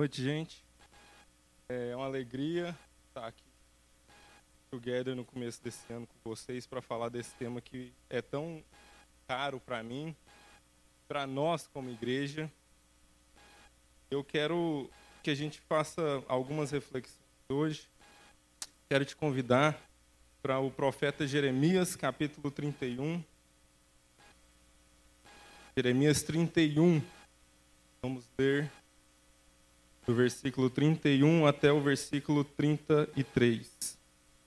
noite, gente. É uma alegria estar aqui together no começo desse ano com vocês para falar desse tema que é tão caro para mim, para nós como igreja. Eu quero que a gente faça algumas reflexões hoje. Quero te convidar para o profeta Jeremias, capítulo 31. Jeremias 31. Vamos ler do versículo 31 até o versículo 33.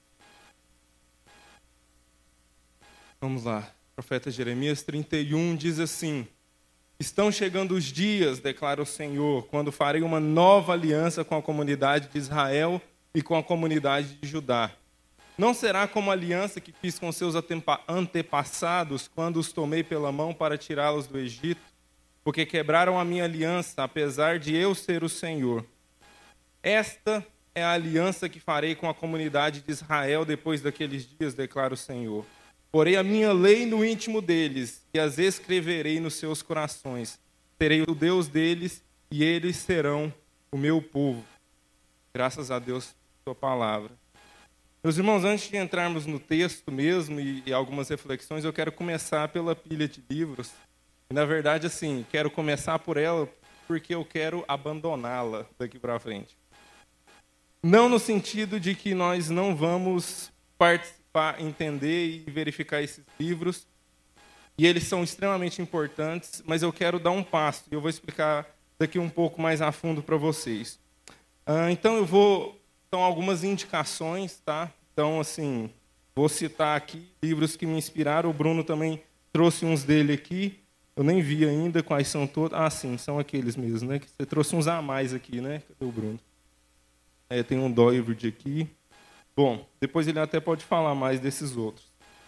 Vamos lá. Profeta Jeremias 31 diz assim: Estão chegando os dias, declara o Senhor, quando farei uma nova aliança com a comunidade de Israel e com a comunidade de Judá. Não será como a aliança que fiz com seus antepassados quando os tomei pela mão para tirá-los do Egito, porque quebraram a minha aliança, apesar de eu ser o Senhor. Esta é a aliança que farei com a comunidade de Israel depois daqueles dias, declara o Senhor. Porei a minha lei no íntimo deles e as escreverei nos seus corações. Serei o Deus deles e eles serão o meu povo. Graças a Deus por sua palavra. Meus irmãos, antes de entrarmos no texto mesmo e algumas reflexões, eu quero começar pela pilha de livros. E, na verdade, assim, quero começar por ela porque eu quero abandoná-la daqui para frente. Não no sentido de que nós não vamos participar, entender e verificar esses livros, e eles são extremamente importantes, mas eu quero dar um passo, e eu vou explicar daqui um pouco mais a fundo para vocês. Então, são algumas indicações, tá? Então, assim, vou citar aqui livros que me inspiraram, o Bruno também trouxe uns dele aqui, eu nem vi ainda quais são todos. Ah, sim, são aqueles mesmo, né? Você trouxe uns a mais aqui, né? Cadê o Bruno? Tem um Doivard aqui. Bom, depois ele até pode falar mais desses outros.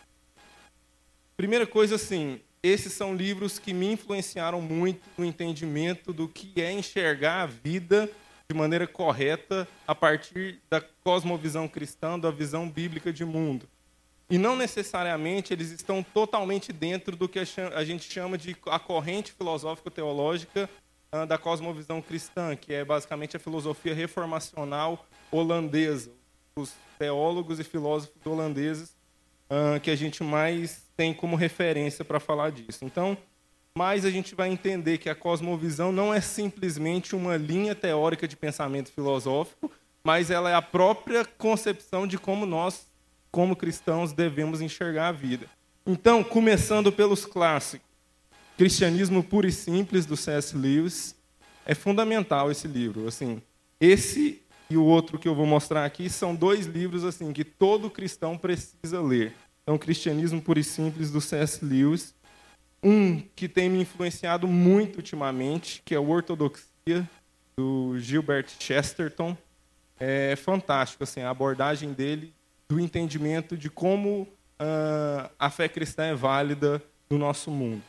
Primeira coisa, assim, esses são livros que me influenciaram muito no entendimento do que é enxergar a vida de maneira correta a partir da cosmovisão cristã, da visão bíblica de mundo. E não necessariamente eles estão totalmente dentro do que a gente chama de a corrente filosófico-teológica da cosmovisão cristã, que é basicamente a filosofia reformacional holandesa, os teólogos e filósofos holandeses que a gente mais tem como referência para falar disso. Então, mais a gente vai entender que a cosmovisão não é simplesmente uma linha teórica de pensamento filosófico, mas ela é a própria concepção de como nós, como cristãos, devemos enxergar a vida. Então, começando pelos clássicos, Cristianismo Puro e Simples, do C.S. Lewis, é fundamental esse livro. Assim, esse e o outro que eu vou mostrar aqui são dois livros assim que todo cristão precisa ler. Então, Cristianismo Puro e Simples, do C.S. Lewis. Um que tem me influenciado muito ultimamente, que é o Ortodoxia, do Gilbert Chesterton. É fantástico assim, a abordagem dele do entendimento de como a fé cristã é válida no nosso mundo.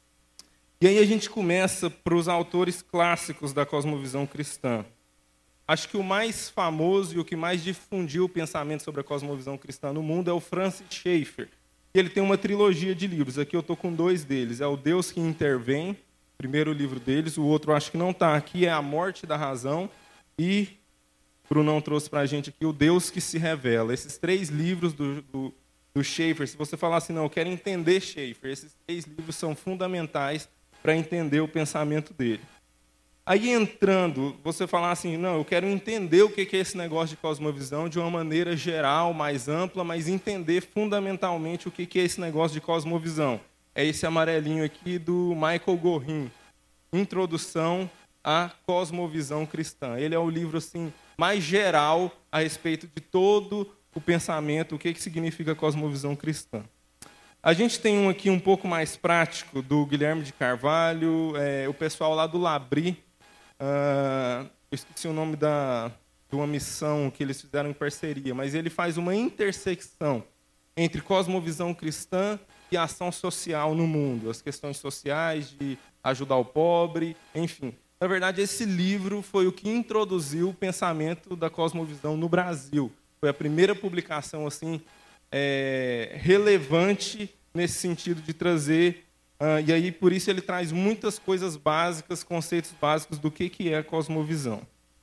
E aí a gente começa para os autores clássicos da cosmovisão cristã. Acho que o mais famoso e o que mais difundiu o pensamento sobre a cosmovisão cristã no mundo é o Francis Schaeffer. Ele tem uma trilogia de livros, aqui eu estou com dois deles. É o Deus que Intervém, o primeiro livro deles, o outro acho que não está aqui, é A Morte da Razão, e o Brunão trouxe para a gente aqui o Deus que se Revela. Esses três livros do Schaeffer, se você falar assim, não, eu quero entender Schaeffer, esses três livros são fundamentais para entender o pensamento dele. Aí entrando, você falar assim, não, eu quero entender o que é esse negócio de cosmovisão de uma maneira geral, mais ampla, mas entender fundamentalmente o que é esse negócio de cosmovisão. É esse amarelinho aqui do Michael Gorin, Introdução à Cosmovisão Cristã. Ele é o livro assim, mais geral a respeito de todo o pensamento, o que significa cosmovisão cristã. A gente tem um aqui um pouco mais prático, do Guilherme de Carvalho, o pessoal lá do Labri. Eu esqueci o nome de uma missão que eles fizeram em parceria, mas ele faz uma intersecção entre cosmovisão cristã e ação social no mundo, as questões sociais, de ajudar o pobre, enfim. Na verdade, esse livro foi o que introduziu o pensamento da cosmovisão no Brasil. Foi a primeira publicação assim, relevante nesse sentido de trazer. E aí, por isso, ele traz muitas coisas básicas, conceitos básicos do que é a cosmovisão.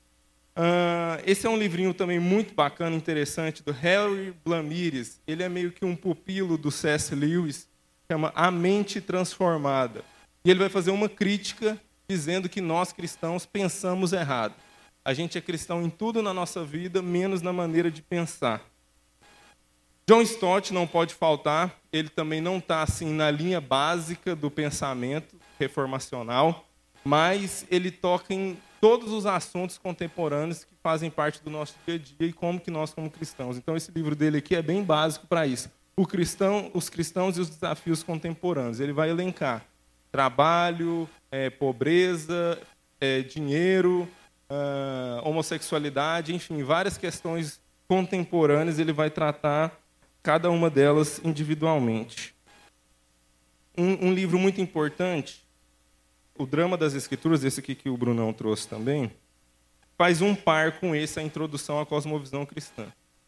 Esse é um livrinho também muito bacana, interessante, do Harry Blamires. Ele é meio que um pupilo do C.S. Lewis, chama A Mente Transformada. E ele vai fazer uma crítica dizendo que nós, cristãos, pensamos errado. A gente é cristão em tudo na nossa vida, menos na maneira de pensar. John Stott não pode faltar, ele também não está assim, na linha básica do pensamento reformacional, mas ele toca em todos os assuntos contemporâneos que fazem parte do nosso dia a dia e como que nós, como cristãos. Então, esse livro dele aqui é bem básico para isso. Os cristãos e os desafios contemporâneos. Ele vai elencar trabalho, pobreza, dinheiro, homossexualidade, enfim, várias questões contemporâneas. Ele vai tratar cada uma delas individualmente. Um livro muito importante, O Drama das Escrituras, esse aqui que o Brunão trouxe também, faz um par com esse, a Introdução à Cosmovisão Cristã.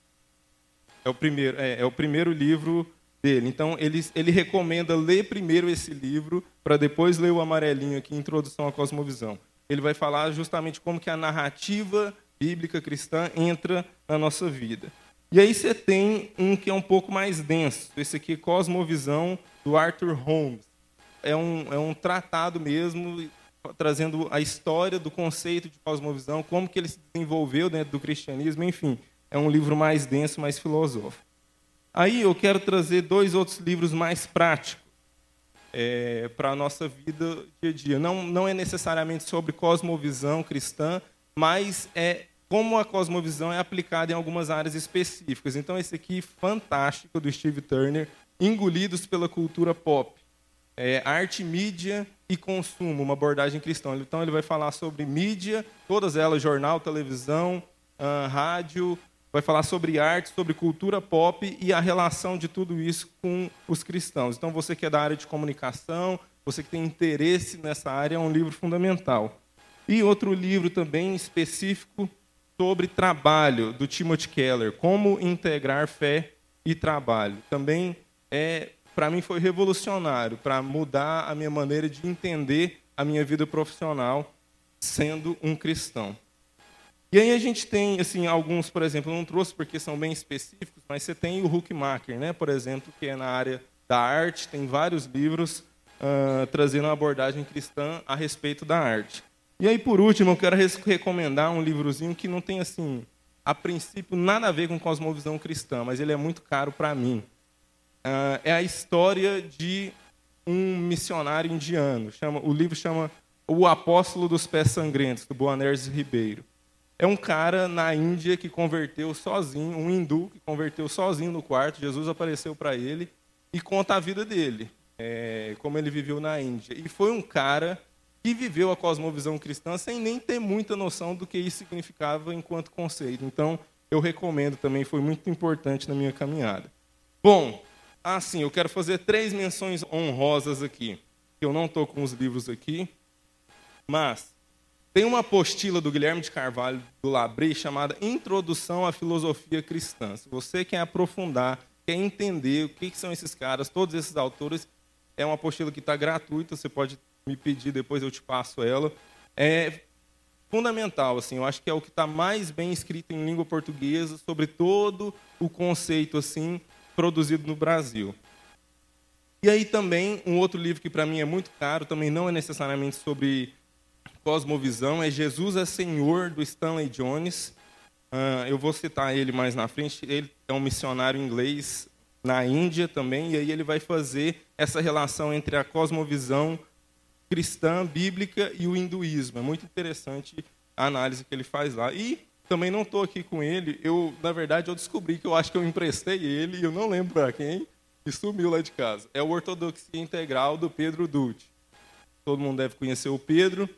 É o primeiro livro dele. Então, ele recomenda ler primeiro esse livro, para depois ler o amarelinho aqui, Introdução à Cosmovisão. Ele vai falar justamente como que a narrativa bíblica cristã entra na nossa vida. E aí você tem um que é um pouco mais denso. Esse aqui, Cosmovisão, do Arthur Holmes. É um tratado mesmo, trazendo a história do conceito de cosmovisão, como que ele se desenvolveu dentro do cristianismo, enfim. É um livro mais denso, mais filosófico. Aí eu quero trazer 2 outros livros mais práticos para a nossa vida dia a dia. Não é necessariamente sobre cosmovisão cristã, mas é como a cosmovisão é aplicada em algumas áreas específicas. Então, esse aqui, fantástico, do Steve Turner, Engolidos pela Cultura Pop. Arte, mídia e consumo, uma abordagem cristã. Então, ele vai falar sobre mídia, todas elas, jornal, televisão, rádio, vai falar sobre arte, sobre cultura pop e a relação de tudo isso com os cristãos. Então, você que é da área de comunicação, você que tem interesse nessa área, é um livro fundamental. E outro livro também específico sobre trabalho, do Timothy Keller, Como Integrar Fé e Trabalho. Também para mim foi revolucionário, para mudar a minha maneira de entender a minha vida profissional sendo um cristão. E aí a gente tem assim, alguns, por exemplo, eu não trouxe porque são bem específicos, mas você tem o Huckmacher, né, por exemplo, que é na área da arte, tem vários livros trazendo uma abordagem cristã a respeito da arte. E aí, por último, eu quero recomendar um livrozinho que não tem, assim, a princípio, nada a ver com cosmovisão cristã, mas ele é muito caro para mim. É a história de um missionário indiano. O livro chama O Apóstolo dos Pés Sangrentos, do Boanerges Ribeiro. É um cara na Índia que converteu sozinho, um hindu que converteu sozinho no quarto. Jesus apareceu para ele e conta a vida dele, como ele viveu na Índia. E foi um cara que viveu a cosmovisão cristã sem nem ter muita noção do que isso significava enquanto conceito. Então, eu recomendo também, foi muito importante na minha caminhada. Bom, assim, eu quero fazer 3 menções honrosas aqui. Eu não estou com os livros aqui, mas tem uma apostila do Guilherme de Carvalho, do Labri, chamada Introdução à Filosofia Cristã. Se você quer aprofundar, quer entender o que são esses caras, todos esses autores, é uma apostila que está gratuita, você pode me pedir, depois eu te passo ela. É fundamental, assim, eu acho que é o que está mais bem escrito em língua portuguesa sobre todo o conceito assim produzido no Brasil. E aí também, um outro livro que para mim é muito caro, também não é necessariamente sobre cosmovisão, é Jesus é Senhor, do Stanley Jones. Eu vou citar ele mais na frente. Ele é um missionário inglês na Índia também, e aí ele vai fazer essa relação entre a cosmovisão cristã, bíblica e o hinduísmo. É muito interessante a análise que ele faz lá. E também não estou aqui com ele. Na verdade, eu descobri que eu acho que eu emprestei ele, e eu não lembro para quem, e sumiu lá de casa. É o Ortodoxia Integral, do Pedro Dutti. Todo mundo deve conhecer o Pedro.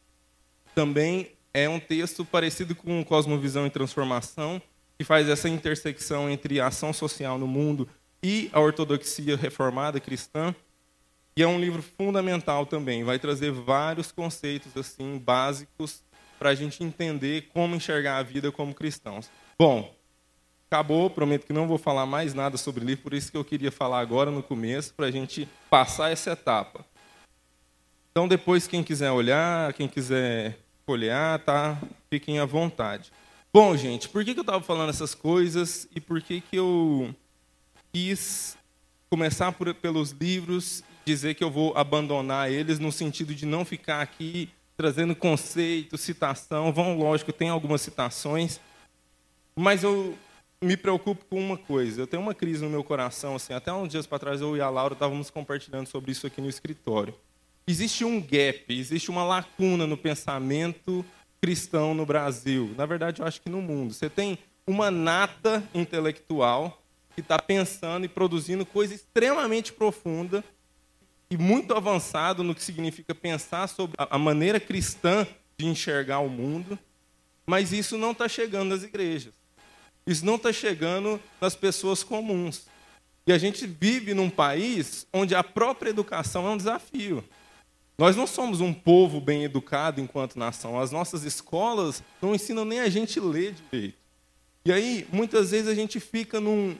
Também é um texto parecido com Cosmovisão e Transformação, que faz essa intersecção entre a ação social no mundo e a ortodoxia reformada cristã. E é um livro fundamental também, vai trazer vários conceitos assim básicos para a gente entender como enxergar a vida como cristãos. Bom, acabou, prometo que não vou falar mais nada sobre o livro, por isso que eu queria falar agora no começo, para a gente passar essa etapa. Então, depois, quem quiser olhar, quem quiser folhear, tá? Fiquem à vontade. Bom, gente, por que eu estava falando essas coisas e por que eu quis começar pelos livros e dizer que eu vou abandonar eles no sentido de não ficar aqui trazendo conceito, citação. Lógico, tem algumas citações, mas eu me preocupo com uma coisa. Eu tenho uma crise no meu coração, assim, até uns dias para trás eu e a Laura estávamos compartilhando sobre isso aqui no escritório. Existe um gap, existe uma lacuna no pensamento cristão no Brasil. Na verdade, eu acho que no mundo. Você tem uma nata intelectual que está pensando e produzindo coisa extremamente profunda e muito avançado no que significa pensar sobre a maneira cristã de enxergar o mundo, mas isso não está chegando nas igrejas. Isso não está chegando nas pessoas comuns. E a gente vive num país onde a própria educação é um desafio. Nós não somos um povo bem educado enquanto nação. As nossas escolas não ensinam nem a gente ler direito. E aí, muitas vezes, a gente fica num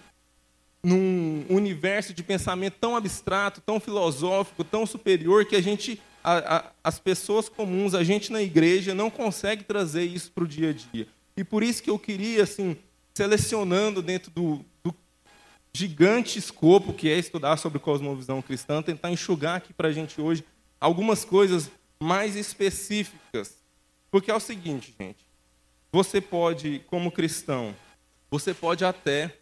universo de pensamento tão abstrato, tão filosófico, tão superior, que as pessoas comuns, a gente na igreja, não consegue trazer isso para o dia a dia. E por isso que eu queria, assim, selecionando dentro do gigante escopo que é estudar sobre cosmovisão cristã, tentar enxugar aqui para a gente hoje algumas coisas mais específicas. Porque é o seguinte, gente, você pode, como cristão, você pode até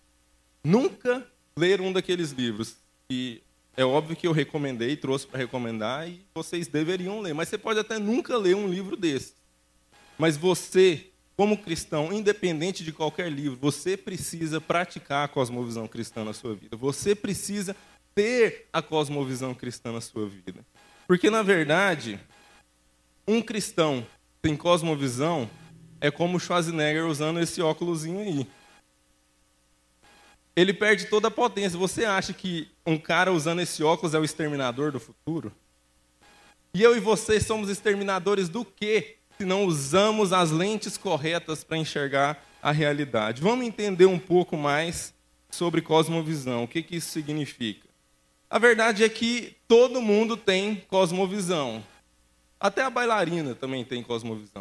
nunca ler um daqueles livros. E é óbvio que eu recomendei, trouxe para recomendar, e vocês deveriam ler. Mas você pode até nunca ler um livro desse. Mas você, como cristão, independente de qualquer livro, você precisa praticar a cosmovisão cristã na sua vida. Você precisa ter a cosmovisão cristã na sua vida. Porque, na verdade, um cristão sem cosmovisão é como o Schwarzenegger usando esse óculosinho aí. Ele perde toda a potência. Você acha que um cara usando esse óculos é o exterminador do futuro? E eu e você somos exterminadores do quê? Se não usamos as lentes corretas para enxergar a realidade. Vamos entender um pouco mais sobre cosmovisão. O que isso significa? A verdade é que todo mundo tem cosmovisão. Até a bailarina também tem cosmovisão.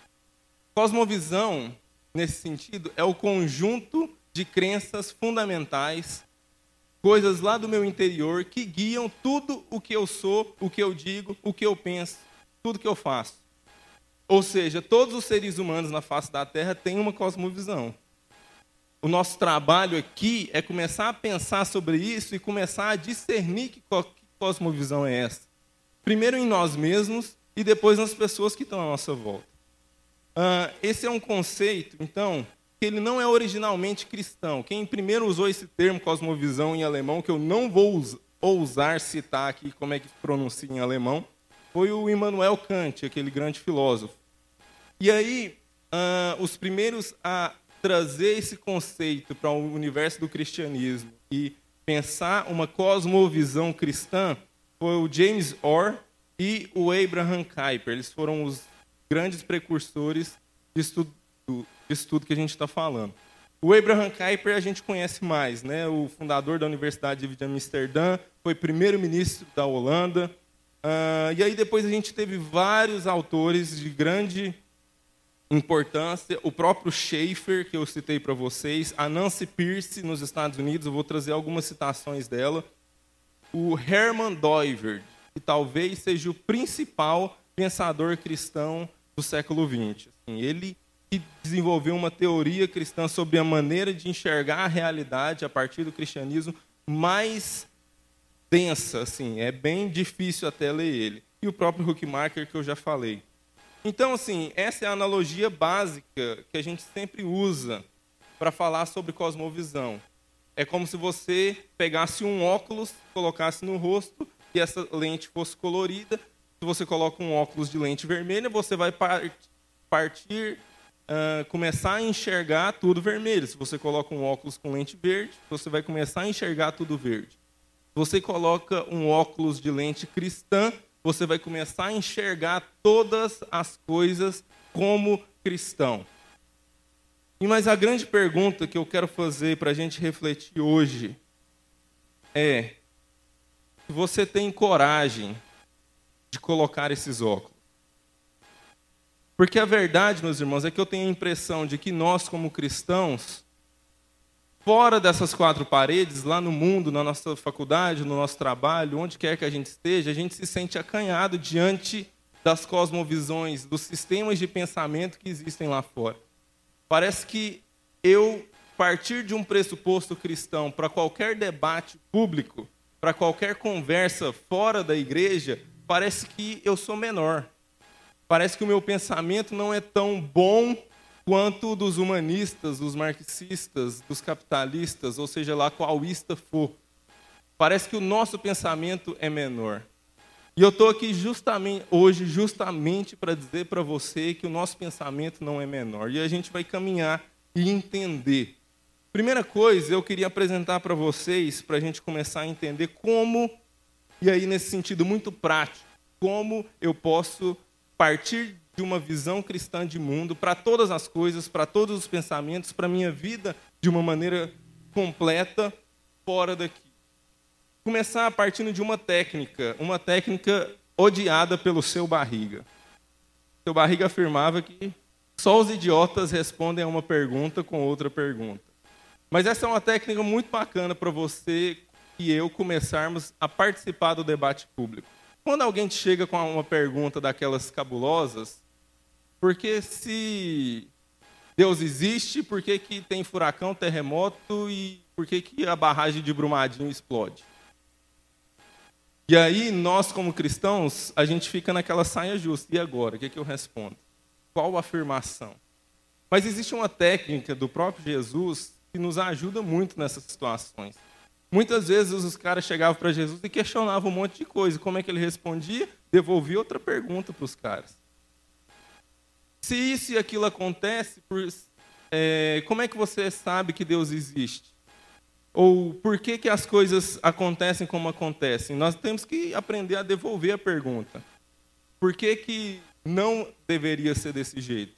Cosmovisão, nesse sentido, é o conjunto de crenças fundamentais, coisas lá do meu interior que guiam tudo o que eu sou, o que eu digo, o que eu penso, tudo que eu faço. Ou seja, todos os seres humanos na face da Terra têm uma cosmovisão. O nosso trabalho aqui é começar a pensar sobre isso e começar a discernir que cosmovisão é essa. Primeiro em nós mesmos e depois nas pessoas que estão à nossa volta. Esse é um conceito, então, que ele não é originalmente cristão. Quem primeiro usou esse termo cosmovisão em alemão, que eu não vou ousar citar aqui como é que se pronuncia em alemão, foi o Immanuel Kant, aquele grande filósofo. E aí, os primeiros a trazer esse conceito para o universo do cristianismo e pensar uma cosmovisão cristã foi o James Orr e o Abraham Kuyper. Eles foram os grandes precursores de estudo que a gente está falando. O Abraham Kuyper a gente conhece mais, né? O fundador da Universidade de Amsterdã, foi primeiro-ministro da Holanda. E aí depois a gente teve vários autores de grande importância, o próprio Schaeffer, que eu citei para vocês, a Nancy Pearce, nos Estados Unidos, eu vou trazer algumas citações dela, o Herman Doivert, que talvez seja o principal pensador cristão do século XX. Assim, ele que desenvolveu uma teoria cristã sobre a maneira de enxergar a realidade a partir do cristianismo mais densa, assim, é bem difícil até ler ele. E o próprio Huckmacher, que eu já falei. Então, assim, essa é a analogia básica que a gente sempre usa para falar sobre cosmovisão. É como se você pegasse um óculos, colocasse no rosto e essa lente fosse colorida. Se você coloca um óculos de lente vermelha, você vai começar a enxergar tudo vermelho. Se você coloca um óculos com lente verde, você vai começar a enxergar tudo verde. Se você coloca um óculos de lente cristã, você vai começar a enxergar todas as coisas como cristão. Mas a grande pergunta que eu quero fazer para a gente refletir hoje é: se você tem coragem de colocar esses óculos? Porque a verdade, meus irmãos, é que eu tenho a impressão de que nós, como cristãos, fora dessas quatro paredes, lá no mundo, na nossa faculdade, no nosso trabalho, onde quer que a gente esteja, a gente se sente acanhado diante das cosmovisões, dos sistemas de pensamento que existem lá fora. Parece que eu partir de um pressuposto cristão para qualquer debate público, para qualquer conversa fora da igreja, parece que eu sou menor. Parece que o meu pensamento não é tão bom quanto o dos humanistas, dos marxistas, dos capitalistas, ou seja lá qualista for. Parece que o nosso pensamento é menor. E eu estou aqui justamente para dizer para você que o nosso pensamento não é menor. E a gente vai caminhar e entender. Primeira coisa, eu queria apresentar para vocês, para a gente começar a entender como, e aí nesse sentido muito prático, como eu posso partir de uma visão cristã de mundo para todas as coisas, para todos os pensamentos, para a minha vida de uma maneira completa, fora daqui. Começar partindo de uma técnica odiada pelo seu Barriga. Seu Barriga afirmava que só os idiotas respondem a uma pergunta com outra pergunta. Mas essa é uma técnica muito bacana para você e eu começarmos a participar do debate público. Quando alguém te chega com uma pergunta daquelas cabulosas, porque se Deus existe, por que tem furacão, terremoto e por que a barragem de Brumadinho explode? E aí, nós como cristãos, a gente fica naquela saia justa. E agora? O que eu respondo? Qual afirmação? Mas existe uma técnica do próprio Jesus que nos ajuda muito nessas situações. Muitas vezes os caras chegavam para Jesus e questionavam um monte de coisa. Como é que ele respondia? Devolvia outra pergunta para os caras. Se isso e aquilo acontece, como é que você sabe que Deus existe? Ou por que as coisas acontecem como acontecem? Nós temos que aprender a devolver a pergunta. Por que não deveria ser desse jeito?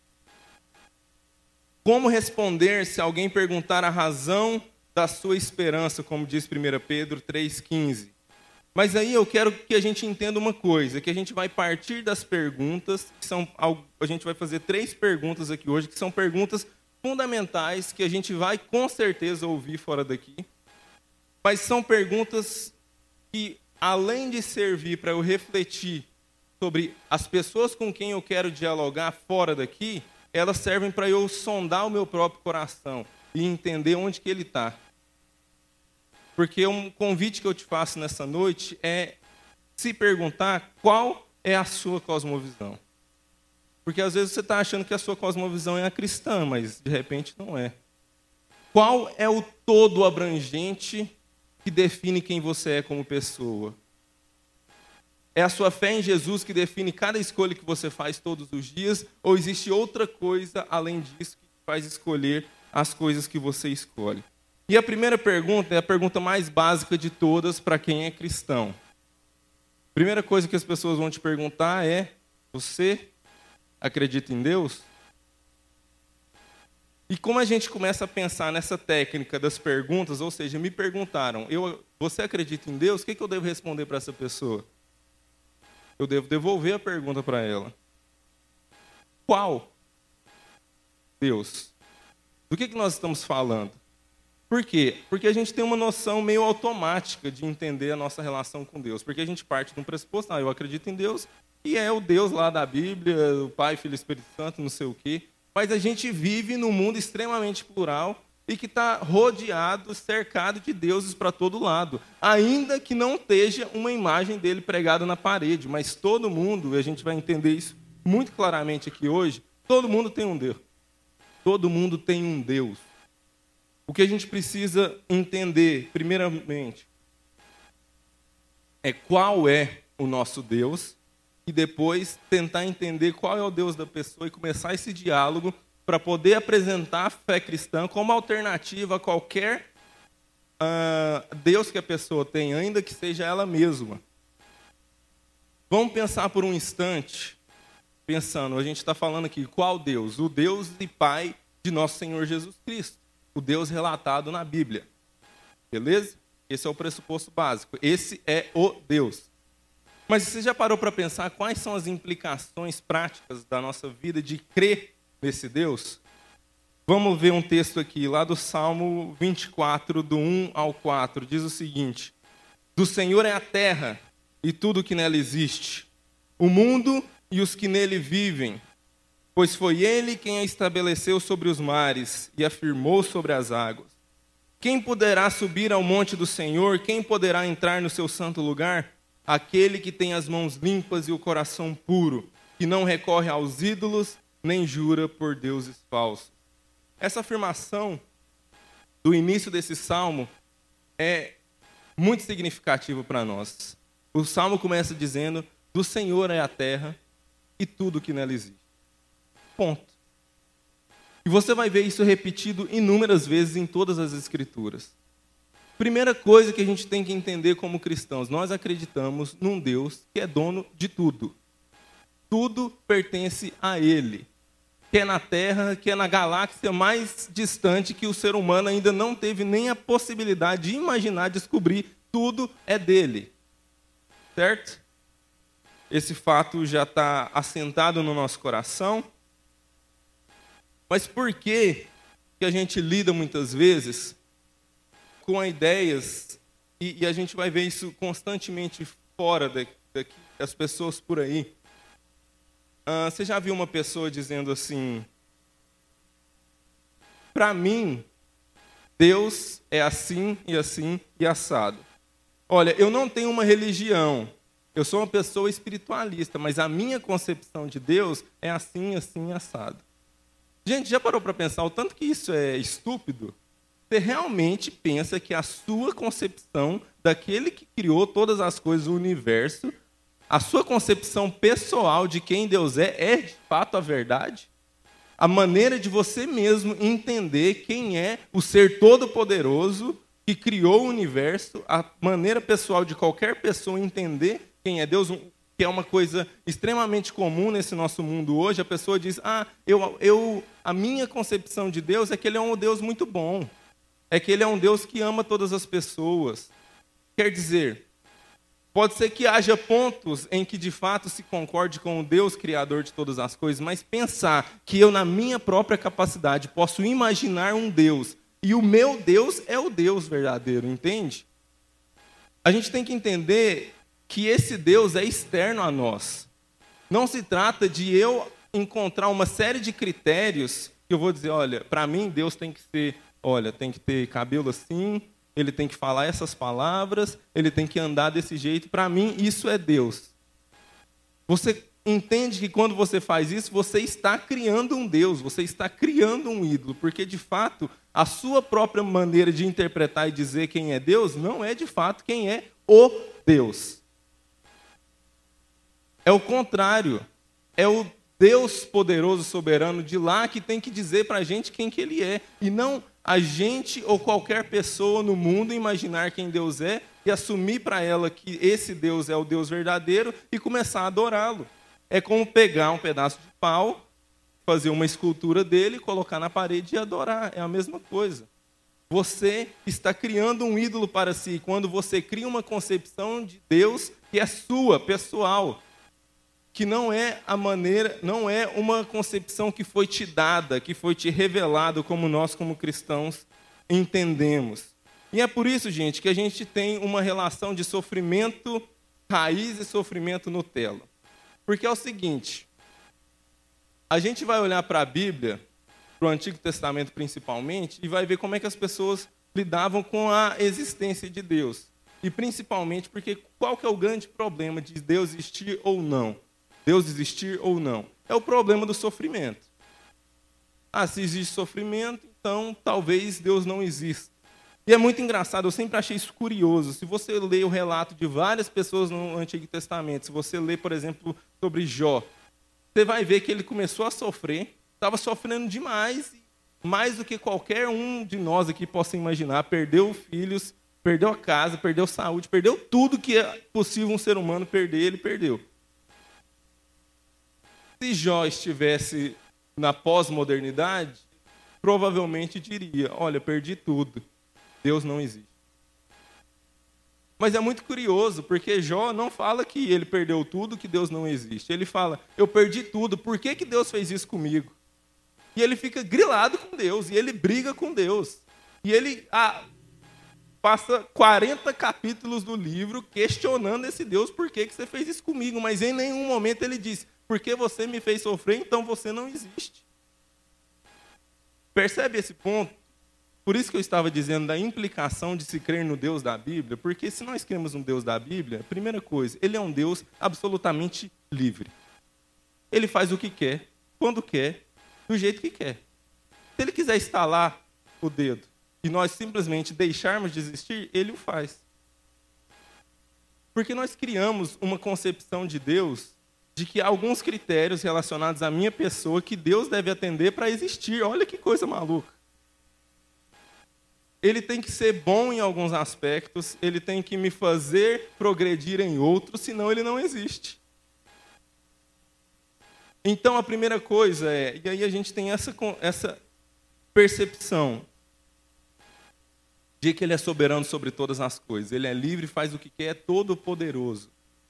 Como responder se alguém perguntar a razão da sua esperança, como diz 1 Pedro 3,15? Mas aí eu quero que a gente entenda uma coisa, que a gente vai partir das perguntas, a gente vai fazer 3 perguntas aqui hoje, que são perguntas fundamentais, que a gente vai com certeza ouvir fora daqui, mas são perguntas que, além de servir para eu refletir sobre as pessoas com quem eu quero dialogar fora daqui, elas servem para eu sondar o meu próprio coração e entender onde que ele está. Porque um convite que eu te faço nessa noite é se perguntar qual é a sua cosmovisão. Porque às vezes você está achando que a sua cosmovisão é a cristã, mas de repente não é. Qual é o todo abrangente que define quem você é como pessoa? É a sua fé em Jesus que define cada escolha que você faz todos os dias? Ou existe outra coisa além disso que te faz escolher as coisas que você escolhe? E a primeira pergunta é a pergunta mais básica de todas para quem é cristão. A primeira coisa que as pessoas vão te perguntar é: você acredita em Deus? E como a gente começa a pensar nessa técnica das perguntas, ou seja, me perguntaram, você acredita em Deus? O que eu devo responder para essa pessoa? Eu devo devolver a pergunta para ela. Qual Deus? Do que nós estamos falando? Por quê? Porque a gente tem uma noção meio automática de entender a nossa relação com Deus. Porque a gente parte de um pressuposto, eu acredito em Deus, e é o Deus lá da Bíblia, o Pai, Filho e Espírito Santo, não sei o quê. Mas a gente vive num mundo extremamente plural e que está rodeado, cercado de deuses para todo lado. Ainda que não esteja uma imagem dele pregada na parede, mas todo mundo, e a gente vai entender isso muito claramente aqui hoje, todo mundo tem um Deus. Todo mundo tem um Deus. O que a gente precisa entender, primeiramente, é qual é o nosso Deus, e depois tentar entender qual é o Deus da pessoa e começar esse diálogo para poder apresentar a fé cristã como alternativa a qualquer Deus que a pessoa tem, ainda que seja ela mesma. Vamos pensar por um instante, a gente está falando aqui, qual Deus? O Deus e Pai de nosso Senhor Jesus Cristo, o Deus relatado na Bíblia. Beleza? Esse é o pressuposto básico. Esse é o Deus. Mas você já parou para pensar quais são as implicações práticas da nossa vida de crer nesse Deus? Vamos ver um texto aqui, lá do Salmo 24, do 1 ao 4. Diz o seguinte: do Senhor é a terra e tudo que nela existe, o mundo e os que nele vivem, pois foi ele quem a estabeleceu sobre os mares e a firmou sobre as águas. Quem poderá subir ao monte do Senhor? Quem poderá entrar no seu santo lugar? Aquele que tem as mãos limpas e o coração puro, que não recorre aos ídolos, nem jura por deuses falsos. Essa afirmação do início desse salmo é muito significativa para nós. O salmo começa dizendo: do Senhor é a terra e tudo que nela existe. Ponto. E você vai ver isso repetido inúmeras vezes em todas as Escrituras. Primeira coisa que a gente tem que entender como cristãos: nós acreditamos num Deus que é dono de tudo. Tudo pertence a Ele. Quer na Terra, quer na galáxia mais distante que o ser humano ainda não teve nem a possibilidade de imaginar, descobrir, tudo é dele. Certo? Esse fato já está assentado no nosso coração. Mas por que a gente lida muitas vezes com ideias, e a gente vai ver isso constantemente fora daqui, das pessoas por aí? Você já viu uma pessoa dizendo assim: para mim, Deus é assim e assim e assado. Olha, eu não tenho uma religião, eu sou uma pessoa espiritualista, mas a minha concepção de Deus é assim, assim e assado. Gente, já parou para pensar o tanto que isso é estúpido? Você realmente pensa que a sua concepção daquele que criou todas as coisas do universo, a sua concepção pessoal de quem Deus é de fato a verdade? A maneira de você mesmo entender quem é o ser todo-poderoso que criou o universo, a maneira pessoal de qualquer pessoa entender quem é Deus, que é uma coisa extremamente comum nesse nosso mundo hoje. A pessoa diz: a minha concepção de Deus é que Ele é um Deus muito bom, é que Ele é um Deus que ama todas as pessoas. Quer dizer, pode ser que haja pontos em que de fato se concorde com o Deus criador de todas as coisas, mas pensar que eu, na minha própria capacidade, posso imaginar um Deus, e o meu Deus é o Deus verdadeiro, entende? A gente tem que entender que esse Deus é externo a nós. Não se trata de eu encontrar uma série de critérios que eu vou dizer: olha, para mim Deus tem que ser, olha, tem que ter cabelo assim, ele tem que falar essas palavras, ele tem que andar desse jeito. Para mim, isso é Deus. Você entende que quando você faz isso, você está criando um Deus, você está criando um ídolo, porque, de fato, a sua própria maneira de interpretar e dizer quem é Deus não é, de fato, quem é o Deus. É o contrário. É o Deus poderoso, soberano, de lá que tem que dizer para a gente quem que Ele é, e não a gente ou qualquer pessoa no mundo imaginar quem Deus é e assumir para ela que esse Deus é o Deus verdadeiro e começar a adorá-lo. É como pegar um pedaço de pau, fazer uma escultura dele, colocar na parede e adorar. É a mesma coisa. Você está criando um ídolo para si quando você cria uma concepção de Deus que é sua, pessoal, que não é a maneira, não é uma concepção que foi te dada, que foi te revelado, como nós, como cristãos, entendemos. E é por isso, gente, que a gente tem uma relação de sofrimento raiz e sofrimento Nutella. Porque é o seguinte: a gente vai olhar para a Bíblia, para o Antigo Testamento principalmente, e vai ver como é que as pessoas lidavam com a existência de Deus. E principalmente porque qual que é o grande problema de Deus existir ou não? Deus existir ou não? É o problema do sofrimento. Se existe sofrimento, então talvez Deus não exista. E é muito engraçado, eu sempre achei isso curioso. Se você lê o relato de várias pessoas no Antigo Testamento, se você lê, por exemplo, sobre Jó, você vai ver que ele começou a sofrer, estava sofrendo demais, mais do que qualquer um de nós aqui possa imaginar. Perdeu filhos, perdeu a casa, perdeu saúde, perdeu tudo que é possível um ser humano perder, ele perdeu. Se Jó estivesse na pós-modernidade, provavelmente diria: olha, perdi tudo, Deus não existe. Mas é muito curioso, porque Jó não fala que ele perdeu tudo, que Deus não existe. Ele fala, eu perdi tudo, por que Deus fez isso comigo? E ele fica grilado com Deus, e ele briga com Deus. E ele passa 40 capítulos do livro questionando esse Deus, por que você fez isso comigo? Mas em nenhum momento ele diz, porque você me fez sofrer, então você não existe. Percebe esse ponto? Por isso que eu estava dizendo da implicação de se crer no Deus da Bíblia, porque se nós cremos no Deus da Bíblia, primeira coisa, ele é um Deus absolutamente livre. Ele faz o que quer, quando quer, do jeito que quer. Se ele quiser estalar o dedo e nós simplesmente deixarmos de existir, ele o faz. Porque nós criamos uma concepção de Deus de que há alguns critérios relacionados à minha pessoa que Deus deve atender para existir. Olha que coisa maluca. Ele tem que ser bom em alguns aspectos, ele tem que me fazer progredir em outros, senão ele não existe. Então, a primeira coisa e aí a gente tem essa percepção de que ele é soberano sobre todas as coisas, ele é livre, faz o que quer, é todo poderoso.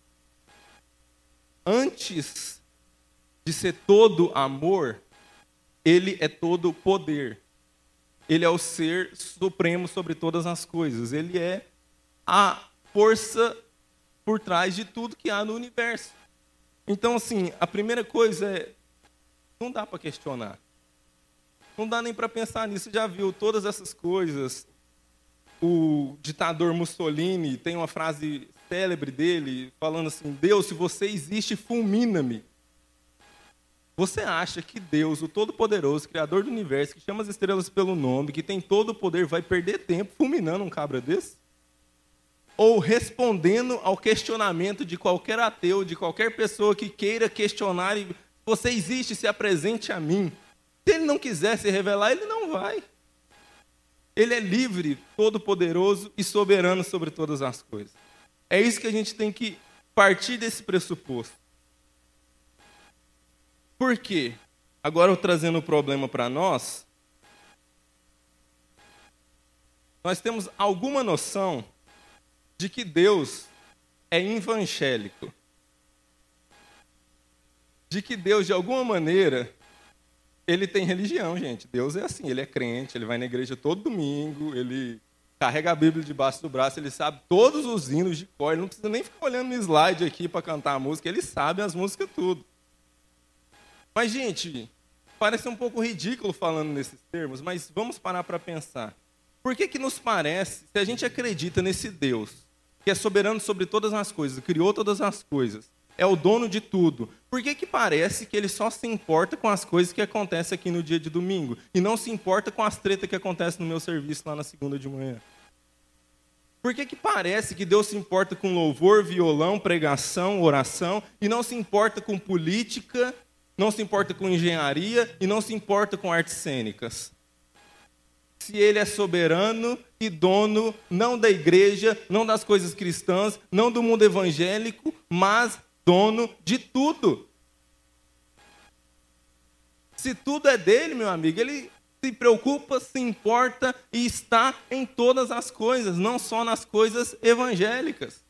Antes de ser todo amor, ele é todo poder. Ele é o ser supremo sobre todas as coisas. Ele é a força por trás de tudo que há no universo. Então, assim, a primeira coisa não dá para questionar. Não dá nem para pensar nisso. Você já viu todas essas coisas. O ditador Mussolini tem uma frase célebre dele, falando assim, Deus, se você existe, fulmina-me. Você acha que Deus, o Todo-Poderoso, Criador do Universo, que chama as estrelas pelo nome, que tem todo o poder, vai perder tempo fulminando um cabra desse? Ou respondendo ao questionamento de qualquer ateu, de qualquer pessoa que queira questionar, e você existe, se apresente a mim. Se ele não quiser se revelar, ele não vai. Ele é livre, todo-poderoso e soberano sobre todas as coisas. É isso que a gente tem que partir desse pressuposto. Por quê? Agora eu trazendo o problema para nós temos alguma noção de que Deus é evangélico. De que Deus, de alguma maneira, ele tem religião, gente. Deus é assim, ele é crente, ele vai na igreja todo domingo, ele carrega a Bíblia debaixo do braço, ele sabe todos os hinos de cor, ele não precisa nem ficar olhando no slide aqui para cantar a música, ele sabe as músicas tudo. Mas, gente, parece um pouco ridículo falando nesses termos, mas vamos parar para pensar. Por que nos parece, se a gente acredita nesse Deus, que é soberano sobre todas as coisas, criou todas as coisas, é o dono de tudo, por que parece que ele só se importa com as coisas que acontecem aqui no dia de domingo e não se importa com as tretas que acontecem no meu serviço lá na segunda de manhã? Por que parece que Deus se importa com louvor, violão, pregação, oração e não se importa com política, não se importa com engenharia e não se importa com artes cênicas? Se ele é soberano e dono não da igreja, não das coisas cristãs, não do mundo evangélico, mas dono de tudo. Se tudo é dele, meu amigo, ele se preocupa, se importa e está em todas as coisas, não só nas coisas evangélicas.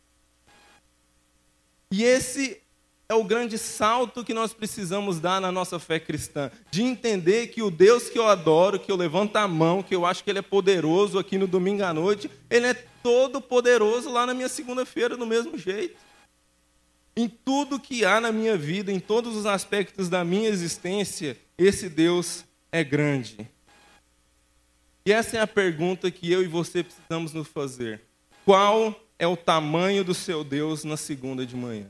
E esse é o grande salto que nós precisamos dar na nossa fé cristã, de entender que o Deus que eu adoro, que eu levanto a mão, que eu acho que ele é poderoso aqui no domingo à noite, ele é todo poderoso lá na minha segunda-feira do mesmo jeito. Em tudo que há na minha vida, em todos os aspectos da minha existência, esse Deus é grande. E essa é a pergunta que eu e você precisamos nos fazer. Qual é o tamanho do seu Deus na segunda de manhã?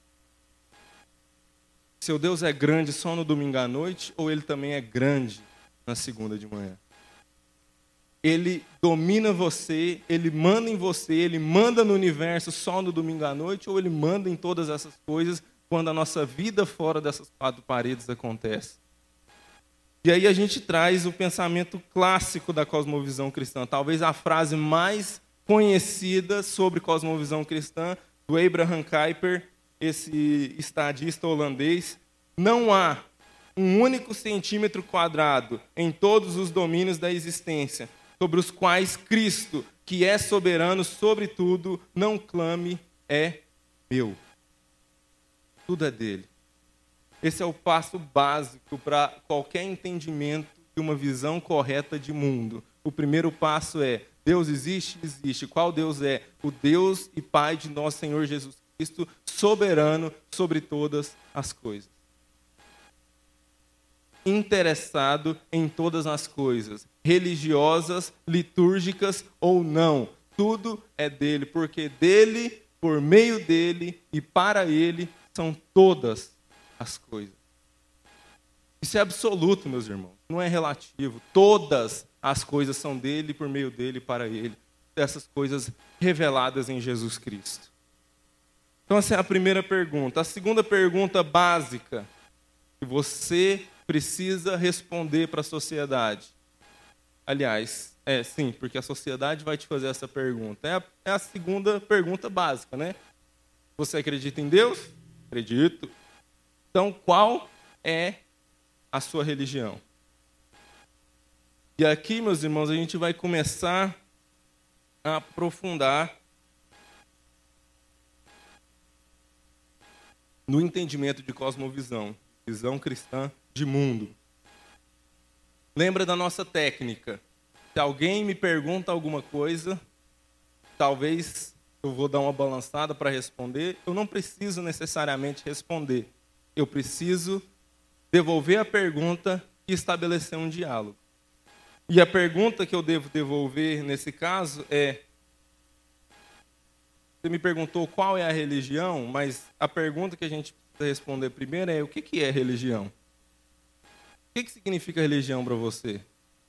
Seu Deus é grande só no domingo à noite ou ele também é grande na segunda de manhã? Ele domina você, ele manda em você, ele manda no universo só no domingo à noite ou ele manda em todas essas coisas quando a nossa vida fora dessas quatro paredes acontece? E aí a gente traz o pensamento clássico da cosmovisão cristã, talvez a frase mais conhecida sobre cosmovisão cristã, do Abraham Kuyper, esse estadista holandês: não há um único centímetro quadrado em todos os domínios da existência, sobre os quais Cristo, que é soberano sobre tudo, não clame, é meu. Tudo é dele. Esse é o passo básico para qualquer entendimento de uma visão correta de mundo. O primeiro passo é: Deus existe? Existe. Qual Deus é? O Deus e Pai de nosso Senhor Jesus Cristo, soberano sobre todas as coisas. Interessado em todas as coisas, religiosas, litúrgicas ou não. Tudo é dele, porque dele, por meio dele e para ele são todas as coisas. Isso é absoluto, meus irmãos, não é relativo. Todas as coisas são dele, por meio dele e para ele. Essas coisas reveladas em Jesus Cristo. Então essa é a primeira pergunta. A segunda pergunta básica que você precisa responder para a sociedade. Aliás, sim, porque a sociedade vai te fazer essa pergunta. É a segunda pergunta básica, né? Você acredita em Deus? Acredito. Então, qual é a sua religião? E aqui, meus irmãos, a gente vai começar a aprofundar no entendimento de cosmovisão, visão cristã de mundo. Lembra da nossa técnica? Se alguém me pergunta alguma coisa, talvez eu vou dar uma balançada para responder, eu não preciso necessariamente responder. Eu preciso devolver a pergunta e estabelecer um diálogo. E a pergunta que eu devo devolver nesse caso é: você me perguntou qual é a religião, mas a pergunta que a gente precisa responder primeiro é: o que é religião? O que significa religião para você?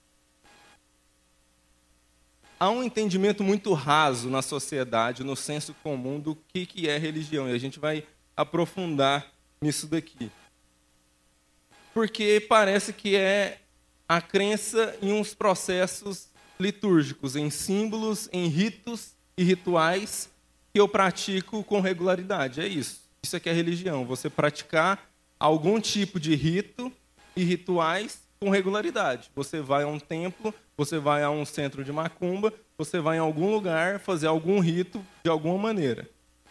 Há um entendimento muito raso na sociedade, no senso comum, do que é religião. E a gente vai aprofundar nisso daqui. Porque parece que é a crença em uns processos litúrgicos, em símbolos, em ritos e rituais que eu pratico com regularidade. É isso. Isso é que é religião. Você praticar algum tipo de rito e rituais com regularidade. Você vai a um templo, você vai a um centro de macumba, você vai em algum lugar fazer algum rito de alguma maneira.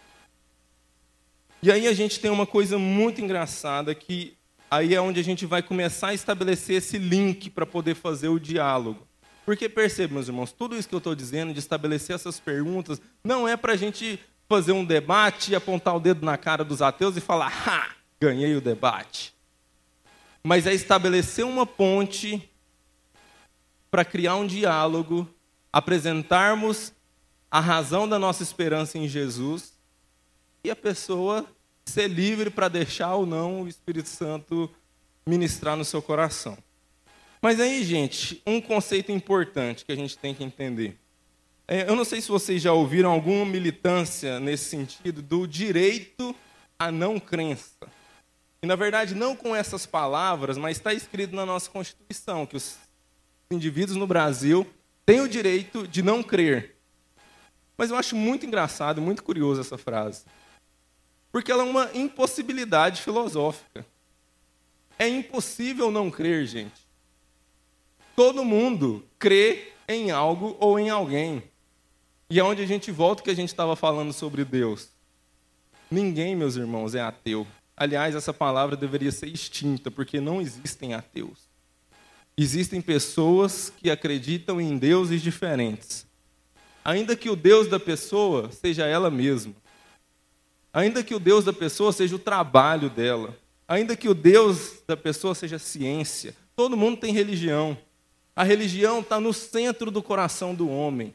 E aí a gente tem uma coisa muito engraçada que aí é onde a gente vai começar a estabelecer esse link para poder fazer o diálogo. Porque percebe, meus irmãos, tudo isso que eu estou dizendo, de estabelecer essas perguntas, não é para a gente fazer um debate, apontar o dedo na cara dos ateus e falar: "Ha, ganhei o debate". Mas é estabelecer uma ponte para criar um diálogo, apresentarmos a razão da nossa esperança em Jesus e a pessoa ser livre para deixar ou não o Espírito Santo ministrar no seu coração. Mas aí, gente, um conceito importante que a gente tem que entender. Eu não sei se vocês já ouviram alguma militância nesse sentido do direito à não crença. E, na verdade, não com essas palavras, mas está escrito na nossa Constituição que os indivíduos no Brasil têm o direito de não crer. Mas eu acho muito engraçado, muito curioso essa frase. Porque ela é uma impossibilidade filosófica. É impossível não crer, gente. Todo mundo crê em algo ou em alguém. E é onde a gente volta que a gente estava falando sobre Deus. Ninguém, meus irmãos, é ateu. Aliás, essa palavra deveria ser extinta, porque não existem ateus. Existem pessoas que acreditam em deuses diferentes. Ainda que o Deus da pessoa seja ela mesma. Ainda que o Deus da pessoa seja o trabalho dela. Ainda que o Deus da pessoa seja ciência. Todo mundo tem religião. A religião está no centro do coração do homem.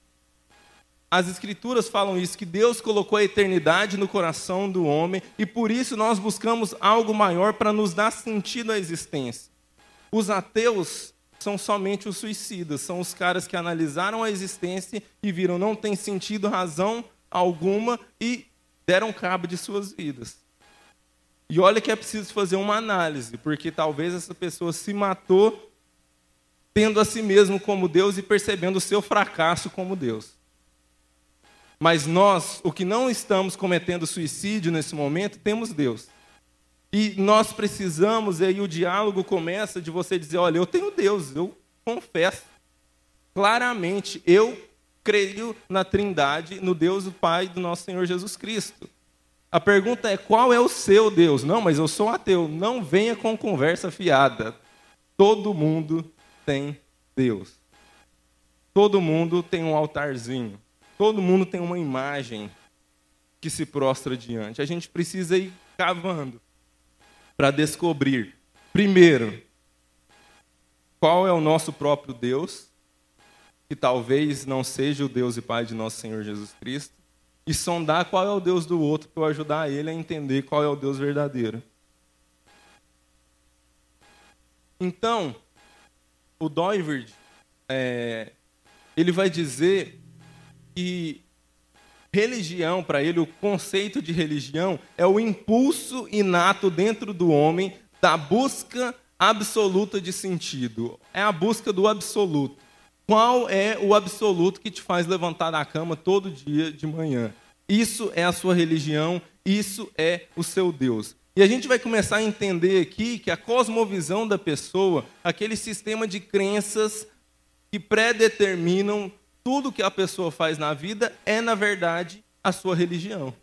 As Escrituras falam isso, que Deus colocou a eternidade no coração do homem e por isso nós buscamos algo maior para nos dar sentido à existência. Os ateus são somente os suicidas, são os caras que analisaram a existência e viram não tem sentido, razão alguma e deram cabo de suas vidas. E olha que é preciso fazer uma análise, porque talvez essa pessoa se matou tendo a si mesmo como Deus e percebendo o seu fracasso como Deus. Mas nós, o que não estamos cometendo suicídio nesse momento, temos Deus. E nós precisamos, e aí o diálogo começa de você dizer: olha, eu tenho Deus, eu confesso. claramente: eu creio na Trindade, no Deus, o Pai do nosso Senhor Jesus Cristo. A pergunta é: qual é o seu Deus? Não, mas eu sou ateu. Não venha com conversa fiada. Todo mundo tem Deus. Todo mundo tem um altarzinho. Todo mundo tem uma imagem que se prostra diante. A gente precisa ir cavando para descobrir, primeiro, qual é o nosso próprio Deus, que talvez não seja o Deus e Pai de nosso Senhor Jesus Cristo, e sondar qual é o Deus do outro para eu ajudar ele a entender qual é o Deus verdadeiro. Então, o Doiverd, ele vai dizer que religião, para ele, o conceito de religião é o impulso inato dentro do homem da busca absoluta de sentido. É a busca do absoluto. Qual é o absoluto que te faz levantar da cama todo dia de manhã? Isso é a sua religião, isso é o seu Deus. E a gente vai começar a entender aqui que a cosmovisão da pessoa, aquele sistema de crenças que predeterminam tudo que a pessoa faz na vida, é, na verdade, a sua religião.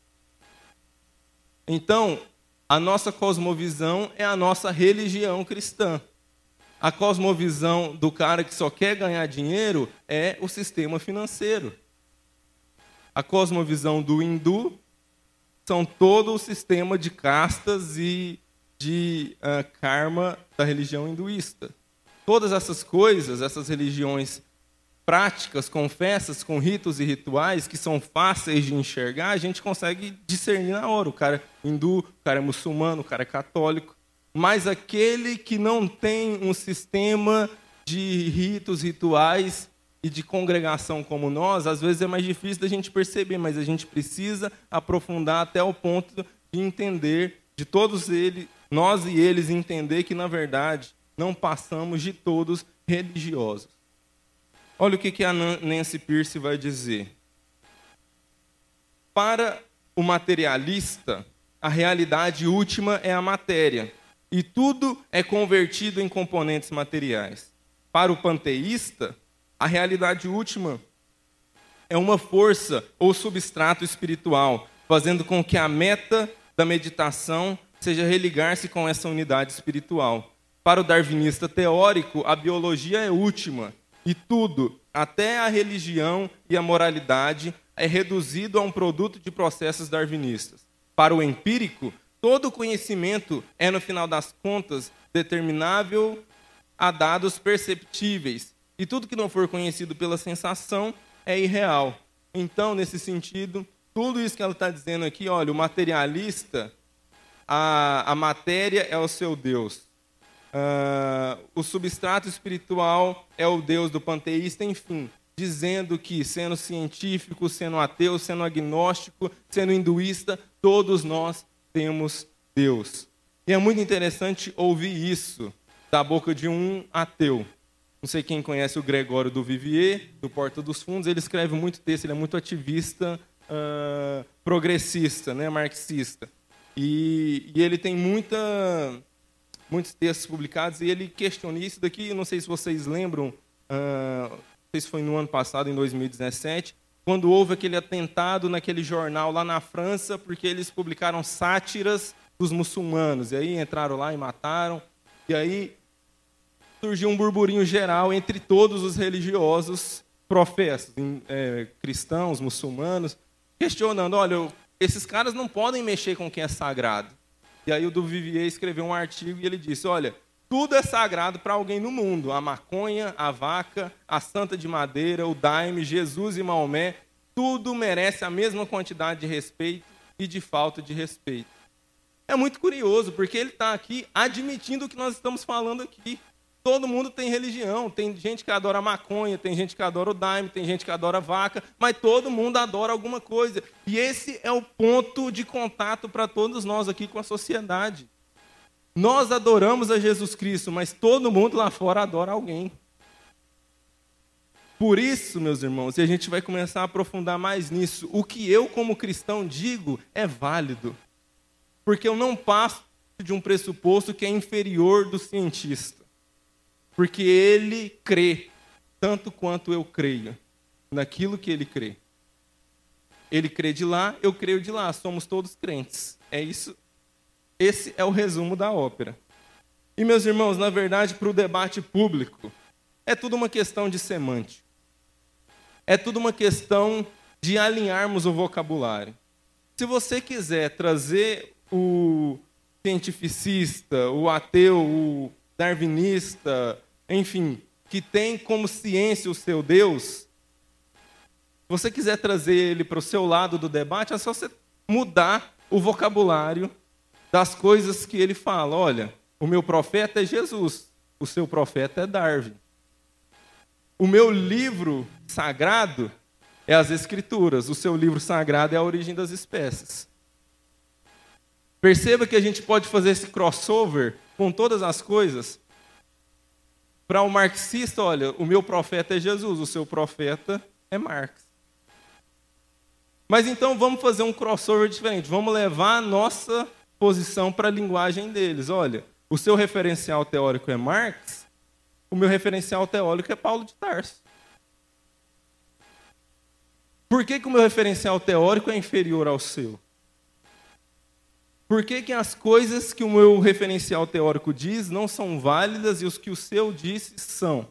Então, a nossa cosmovisão é a nossa religião cristã. A cosmovisão do cara que só quer ganhar dinheiro é o sistema financeiro. A cosmovisão do hindu são todo o sistema de castas e de karma da religião hinduísta. Todas essas coisas, essas religiões práticas, com festas, com ritos e rituais que são fáceis de enxergar, a gente consegue discernir na hora. O cara é hindu, o cara é muçulmano, o cara é católico. Mas aquele que não tem um sistema de ritos, rituais e de congregação como nós, às vezes é mais difícil da gente perceber, mas a gente precisa aprofundar até o ponto de entender, de todos eles, nós e eles entender que, na verdade, não passamos de todos religiosos. Olha o que a Nancy Pearce vai dizer. Para o materialista, a realidade última é a matéria, e tudo é convertido em componentes materiais. Para o panteísta, a realidade última é uma força ou substrato espiritual, fazendo com que a meta da meditação seja religar-se com essa unidade espiritual. Para o darwinista teórico, a biologia é última, e tudo, até a religião e a moralidade, é reduzido a um produto de processos darwinistas. Para o empírico, todo conhecimento é, no final das contas, determinável a dados perceptíveis. E tudo que não for conhecido pela sensação é irreal. Então, nesse sentido, tudo isso que ela está dizendo aqui, olha, o materialista, a matéria é o seu Deus. O substrato espiritual é o Deus do panteísta, enfim, dizendo que, sendo científico, sendo ateu, sendo agnóstico, sendo hinduísta, todos nós temos Deus. E é muito interessante ouvir isso da boca de um ateu. Não sei quem conhece o Gregório do Vivier, do Porta dos Fundos, ele escreve muito texto, ele é muito ativista, progressista, né, marxista. E ele tem muitos textos publicados, e ele questiona isso daqui, não sei se vocês lembram, não sei se foi no ano passado, em 2017, quando houve aquele atentado naquele jornal lá na França, porque eles publicaram sátiras dos muçulmanos, e aí entraram lá e mataram, e aí surgiu um burburinho geral entre todos os religiosos professos, cristãos, muçulmanos, questionando, olha, esses caras não podem mexer com quem é sagrado. E aí o do Vivier escreveu um artigo e ele disse, olha, tudo é sagrado para alguém no mundo. A maconha, a vaca, a santa de madeira, o daime, Jesus e Maomé, tudo merece a mesma quantidade de respeito e de falta de respeito. É muito curioso, porque ele está aqui admitindo o que nós estamos falando aqui. Todo mundo tem religião, tem gente que adora maconha, tem gente que adora o daime, tem gente que adora vaca, mas todo mundo adora alguma coisa. E esse é o ponto de contato para todos nós aqui com a sociedade. Nós adoramos a Jesus Cristo, mas todo mundo lá fora adora alguém. Por isso, meus irmãos, e a gente vai começar a aprofundar mais nisso, o que eu como cristão digo é válido. Porque eu não passo de um pressuposto que é inferior do cientista. Porque ele crê tanto quanto eu creio naquilo que ele crê. Ele crê de lá, eu creio de lá, somos todos crentes. É isso. Esse é o resumo da ópera. E, meus irmãos, na verdade, para o debate público, é tudo uma questão de semântica. É tudo uma questão de alinharmos o vocabulário. Se você quiser trazer o cientificista, o ateu, o darwinista, enfim, que tem como ciência o seu Deus, se você quiser trazer ele para o seu lado do debate, é só você mudar o vocabulário das coisas que ele fala. Olha, o meu profeta é Jesus, o seu profeta é Darwin. O meu livro sagrado é as Escrituras, o seu livro sagrado é a origem das espécies. Perceba que a gente pode fazer esse crossover com todas as coisas. Para o marxista, olha, o meu profeta é Jesus, o seu profeta é Marx. Mas então vamos fazer um crossover diferente, vamos levar a nossa posição para a linguagem deles. Olha, o seu referencial teórico é Marx, o meu referencial teórico é Paulo de Tarso. Por que o meu referencial teórico é inferior ao seu? Por que as coisas que o meu referencial teórico diz não são válidas e os que o seu disse são?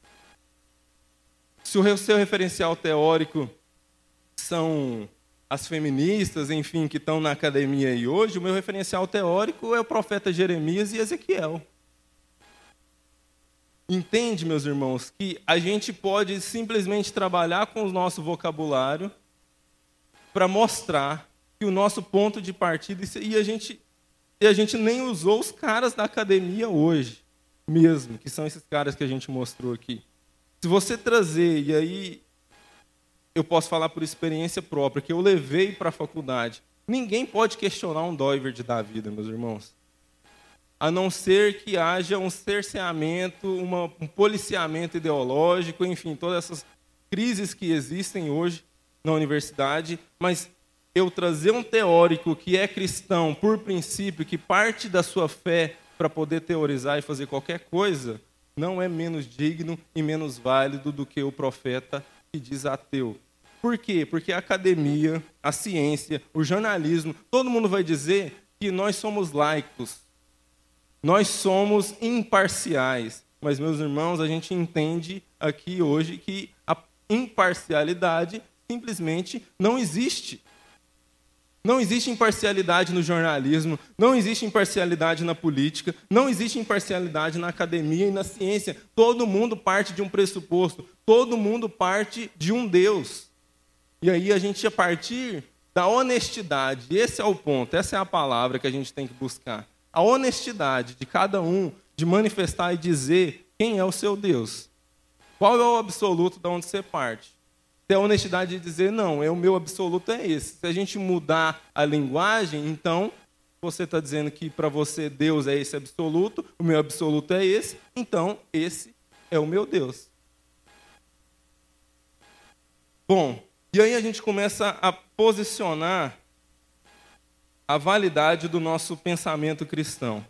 Se o seu referencial teórico são as feministas, enfim, que estão na academia aí hoje, o meu referencial teórico é o profeta Jeremias e Ezequiel. Entende, meus irmãos, que a gente pode simplesmente trabalhar com o nosso vocabulário para mostrar que o nosso ponto de partida, e a gente nem usou os caras da academia hoje mesmo, que são esses caras que a gente mostrou aqui. Se você trazer, e aí eu posso falar por experiência própria, que eu levei para a faculdade, ninguém pode questionar um Doivert da vida, meus irmãos. A não ser que haja um cerceamento, um policiamento ideológico, enfim, todas essas crises que existem hoje na universidade, mas eu trazer um teórico que é cristão por princípio, que parte da sua fé para poder teorizar e fazer qualquer coisa, não é menos digno e menos válido do que o profeta que diz ateu. Por quê? Porque a academia, a ciência, o jornalismo, todo mundo vai dizer que nós somos laicos, nós somos imparciais. Mas, meus irmãos, a gente entende aqui hoje que a imparcialidade simplesmente não existe. Não existe imparcialidade no jornalismo, não existe imparcialidade na política, não existe imparcialidade na academia e na ciência. Todo mundo parte de um pressuposto, todo mundo parte de um Deus. E aí a gente, a partir da honestidade, esse é o ponto, essa é a palavra que a gente tem que buscar. A honestidade de cada um de manifestar e dizer quem é o seu Deus. Qual é o absoluto de onde você parte? Ter a honestidade de dizer, não, o meu absoluto é esse. Se a gente mudar a linguagem, então, você está dizendo que para você Deus é esse absoluto, o meu absoluto é esse, então esse é o meu Deus. Bom, e aí a gente começa a posicionar a validade do nosso pensamento cristão.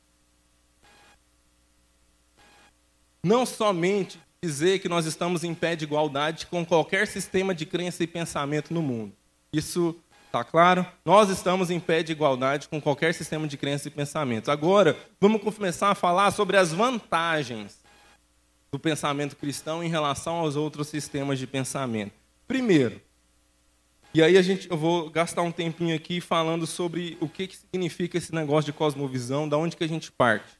Não somente dizer que nós estamos em pé de igualdade com qualquer sistema de crença e pensamento no mundo. Isso está claro? Nós estamos em pé de igualdade com qualquer sistema de crença e pensamento. Agora, vamos começar a falar sobre as vantagens do pensamento cristão em relação aos outros sistemas de pensamento. Primeiro, e aí eu vou gastar um tempinho aqui falando sobre o que significa esse negócio de cosmovisão, da onde que a gente parte.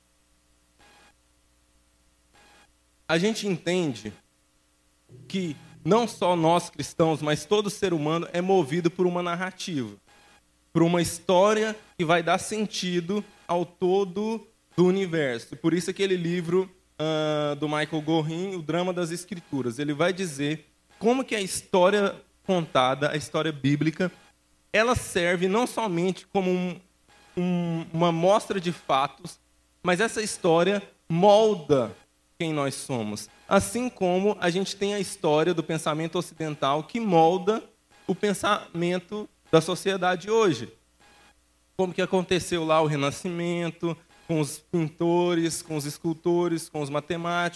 A gente entende que não só nós cristãos, mas todo ser humano é movido por uma narrativa, por uma história que vai dar sentido ao todo do universo. Por isso aquele livro do Michael Gorin, O Drama das Escrituras, ele vai dizer como que a história contada, a história bíblica, ela serve não somente como uma mostra de fatos, mas essa história molda quem nós somos. Assim como a gente tem a história do pensamento ocidental que molda o pensamento da sociedade hoje. Como que aconteceu lá o Renascimento, com os pintores, com os escultores, com os matemáticos.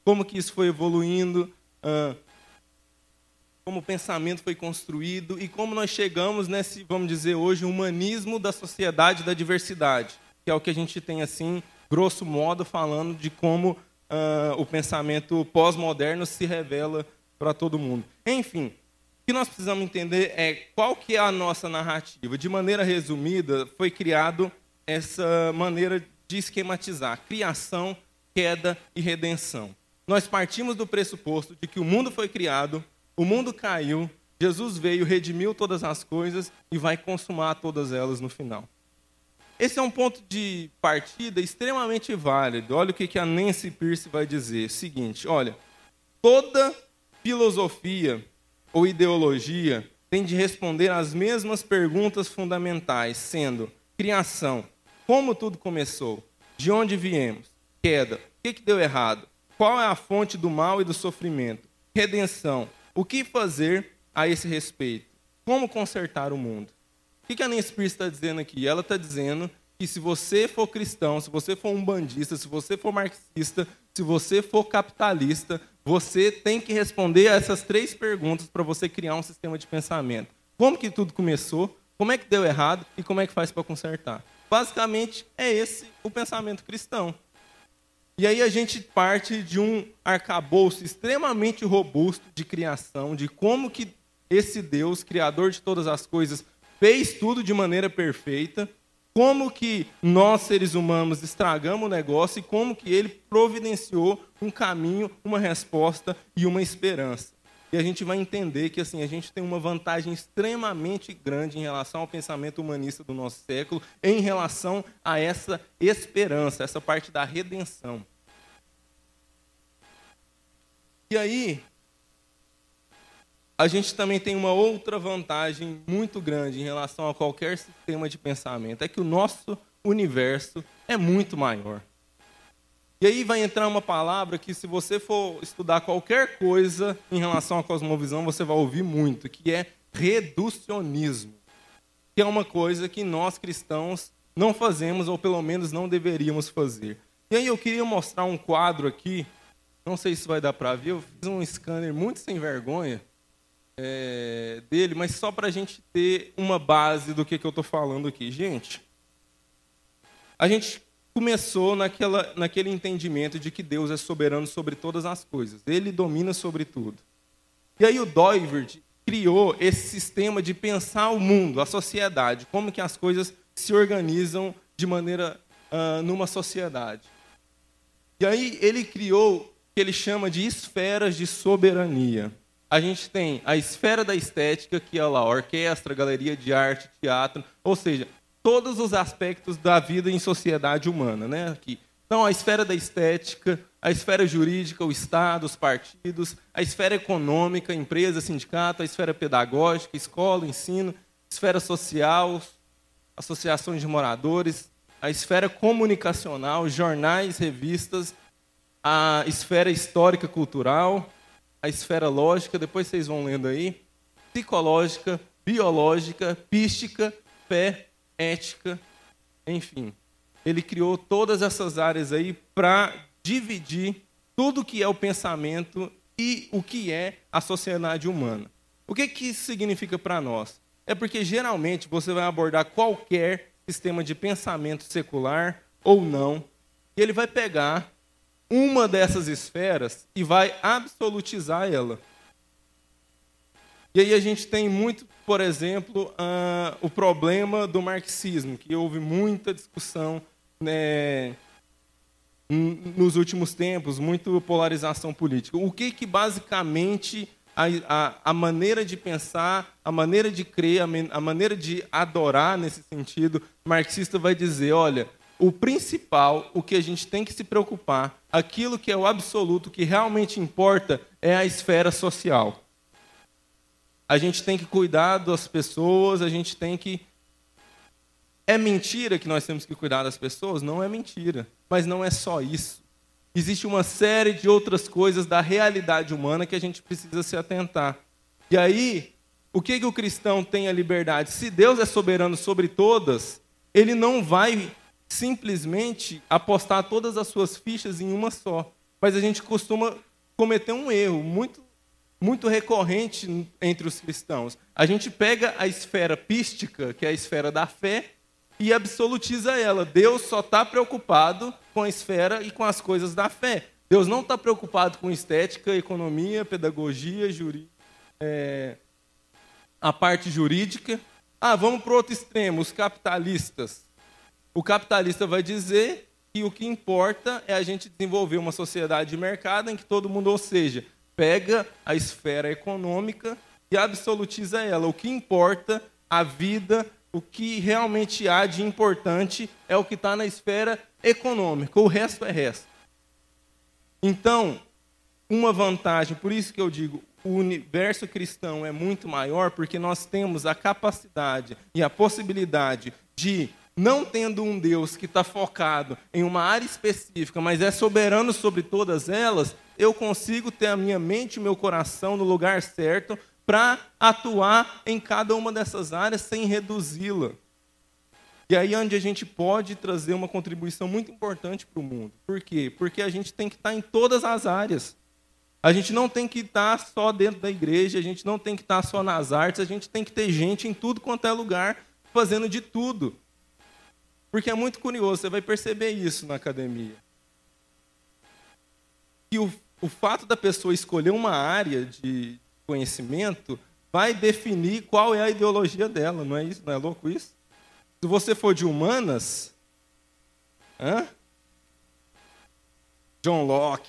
como que isso foi evoluindo, como o pensamento foi construído e como nós chegamos nesse, vamos dizer hoje, humanismo da sociedade da diversidade, que é o que a gente tem, assim, grosso modo, falando de como o pensamento pós-moderno se revela para todo mundo. Enfim, o que nós precisamos entender é qual que é a nossa narrativa. De maneira resumida, foi criado essa maneira de esquematizar: criação, queda e redenção. Nós partimos do pressuposto de que o mundo foi criado, o mundo caiu, Jesus veio, redimiu todas as coisas e vai consumar todas elas no final. Esse é um ponto de partida extremamente válido. Olha o que a Nancy Pearce vai dizer. Seguinte, olha, toda filosofia ou ideologia tem de responder às mesmas perguntas fundamentais, sendo: criação, como tudo começou? De onde viemos? Queda, o que deu errado? Qual é a fonte do mal e do sofrimento? Redenção, o que fazer a esse respeito? Como consertar o mundo? O que a Nancy Pearce está dizendo aqui? Ela está dizendo que se você for cristão, se você for umbandista, se você for marxista, se você for capitalista, você tem que responder a essas 3 perguntas para você criar um sistema de pensamento. Como que tudo começou? Como é que deu errado? E como é que faz para consertar? Basicamente, é esse o pensamento cristão. E aí a gente parte de um arcabouço extremamente robusto de criação, de como que esse Deus, criador de todas as coisas, fez tudo de maneira perfeita, como que nós, seres humanos, estragamos o negócio e como que ele providenciou um caminho, uma resposta e uma esperança. E a gente vai entender que assim, a gente tem uma vantagem extremamente grande em relação ao pensamento humanista do nosso século, em relação a essa esperança, essa parte da redenção. E aí, a gente também tem uma outra vantagem muito grande em relação a qualquer sistema de pensamento, é que o nosso universo é muito maior. E aí vai entrar uma palavra que, se você for estudar qualquer coisa em relação à cosmovisão, você vai ouvir muito, que é reducionismo, que é uma coisa que nós cristãos não fazemos, ou pelo menos não deveríamos fazer. E aí eu queria mostrar um quadro aqui, não sei se vai dar para ver, eu fiz um scanner muito sem vergonha dele, mas só para a gente ter uma base do que eu estou falando aqui. Gente, a gente começou naquele entendimento de que Deus é soberano sobre todas as coisas. Ele domina sobre tudo. E aí o Doivert criou esse sistema de pensar o mundo, a sociedade, como que as coisas se organizam de maneira numa sociedade. E aí ele criou o que ele chama de esferas de soberania. A gente tem a esfera da estética, que é lá, orquestra, galeria de arte, teatro, ou seja, todos os aspectos da vida em sociedade humana, né? Aqui. Então, a esfera da estética, a esfera jurídica, o Estado, os partidos, a esfera econômica, empresa, sindicato, a esfera pedagógica, escola, ensino, esfera social, associações de moradores, a esfera comunicacional, jornais, revistas, a esfera histórica cultural, a esfera lógica, depois vocês vão lendo aí, psicológica, biológica, pística, fé, ética, enfim. Ele criou todas essas áreas aí para dividir tudo o que é o pensamento e o que é a sociedade humana. O que isso significa para nós? É porque, geralmente, você vai abordar qualquer sistema de pensamento secular ou não, e ele vai pegar uma dessas esferas e vai absolutizar ela. E aí a gente tem muito, por exemplo, o problema do marxismo, que houve muita discussão, né, nos últimos tempos, muita polarização política. O que basicamente a maneira de pensar, a maneira de crer, a maneira de adorar nesse sentido, marxista vai dizer, olha, o principal, o que a gente tem que se preocupar, aquilo que é o absoluto, que realmente importa, é a esfera social. A gente tem que cuidar das pessoas, a gente tem que... É mentira que nós temos que cuidar das pessoas? Não é mentira, mas não é só isso. Existe uma série de outras coisas da realidade humana que a gente precisa se atentar. E aí, o que o cristão tem a liberdade? Se Deus é soberano sobre todas, ele não vai simplesmente apostar todas as suas fichas em uma só. Mas a gente costuma cometer um erro muito recorrente entre os cristãos. A gente pega a esfera pística, que é a esfera da fé, e absolutiza ela. Deus só está preocupado com a esfera e com as coisas da fé. Deus não está preocupado com estética, economia, pedagogia, a parte jurídica. Vamos para o outro extremo, os capitalistas. O capitalista vai dizer que o que importa é a gente desenvolver uma sociedade de mercado em que todo mundo, ou seja, pega a esfera econômica e absolutiza ela. O que importa, a vida, o que realmente há de importante é o que está na esfera econômica. O resto é resto. Então, uma vantagem, por isso que eu digo, o universo cristão é muito maior, porque nós temos a capacidade e a possibilidade de, não tendo um Deus que está focado em uma área específica, mas é soberano sobre todas elas, eu consigo ter a minha mente e o meu coração no lugar certo para atuar em cada uma dessas áreas sem reduzi-la. E aí é onde a gente pode trazer uma contribuição muito importante para o mundo. Por quê? Porque a gente tem que estar em todas as áreas. A gente não tem que estar só dentro da igreja, a gente não tem que estar só nas artes, a gente tem que ter gente em tudo quanto é lugar, fazendo de tudo. Porque é muito curioso, você vai perceber isso na academia. Que o fato da pessoa escolher uma área de conhecimento vai definir qual é a ideologia dela, não é isso? Não é louco isso? Se você for de humanas, John Locke,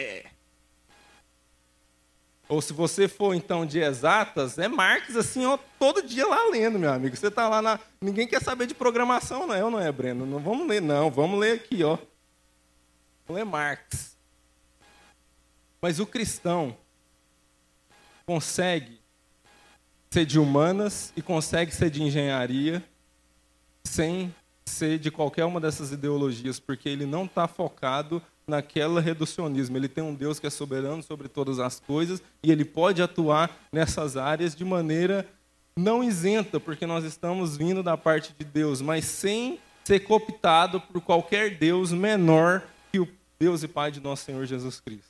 Ou se você for, então, de exatas, é Marx, assim, ó, todo dia lá lendo, meu amigo. Você está lá Ninguém quer saber de programação, não é, Breno? Não vamos ler, não. Vamos ler aqui, ó. Vamos ler Marx. Mas o cristão consegue ser de humanas e consegue ser de engenharia sem ser de qualquer uma dessas ideologias, porque ele não está focado naquele reducionismo. Ele tem um Deus que é soberano sobre todas as coisas e ele pode atuar nessas áreas de maneira não isenta, porque nós estamos vindo da parte de Deus, mas sem ser cooptado por qualquer Deus menor que o Deus e Pai de nosso Senhor Jesus Cristo.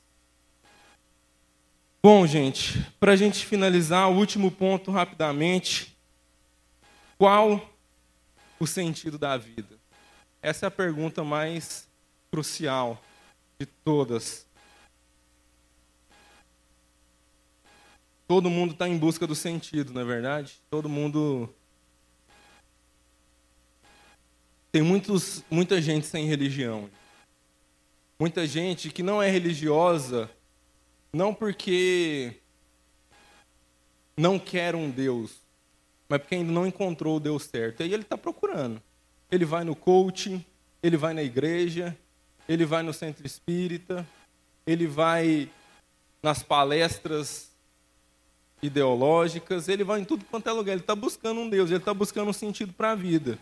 Bom, gente, para a gente finalizar, o último ponto rapidamente. Qual o sentido da vida? Essa é a pergunta mais crucial de todas. Todo mundo está em busca do sentido, não é verdade? Todo mundo... Tem muita gente sem religião. Muita gente que não é religiosa, não porque não quer um Deus, mas porque ainda não encontrou o Deus certo. Aí ele está procurando. Ele vai no coaching, ele vai na igreja, ele vai no centro espírita, ele vai nas palestras ideológicas, ele vai em tudo quanto é lugar. Ele está buscando um Deus, ele está buscando um sentido para a vida.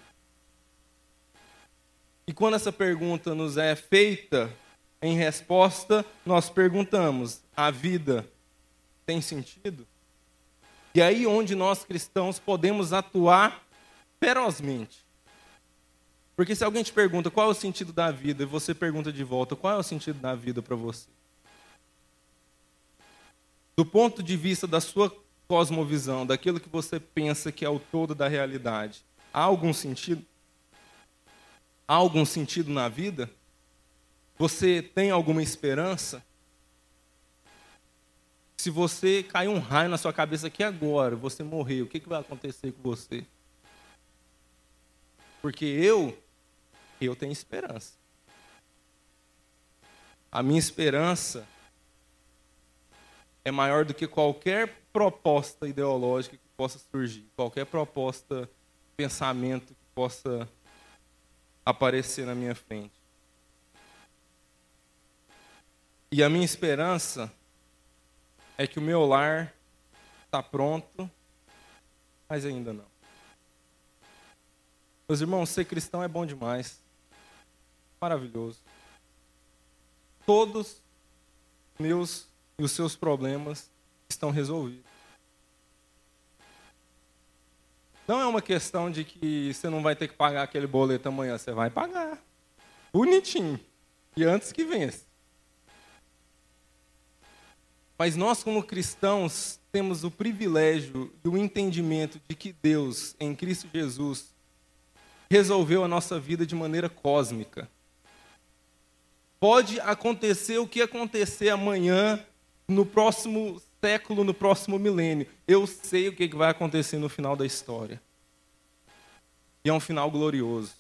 E quando essa pergunta nos é feita, em resposta, nós perguntamos: a vida tem sentido? E aí onde nós cristãos podemos atuar ferozmente. Porque se alguém te pergunta qual é o sentido da vida, e você pergunta de volta qual é o sentido da vida para você. Do ponto de vista da sua cosmovisão, daquilo que você pensa que é o todo da realidade, há algum sentido? Há algum sentido na vida? Você tem alguma esperança? Se você cair um raio na sua cabeça aqui agora, você morrer, o que vai acontecer com você? Porque eu tenho esperança. A minha esperança é maior do que qualquer proposta ideológica que possa surgir, qualquer proposta, pensamento que possa aparecer na minha frente. E a minha esperança é que o meu lar está pronto, mas ainda não. Meus irmãos, ser cristão é bom demais. Maravilhoso. Todos meus e os seus problemas estão resolvidos. Não é uma questão de que você não vai ter que pagar aquele boleto amanhã. Você vai pagar. Bonitinho. E antes que vença. Mas nós, como cristãos, temos o privilégio e o entendimento de que Deus, em Cristo Jesus, resolveu a nossa vida de maneira cósmica. Pode acontecer o que acontecer amanhã, no próximo século, no próximo milênio. Eu sei o que vai acontecer no final da história. E é um final glorioso.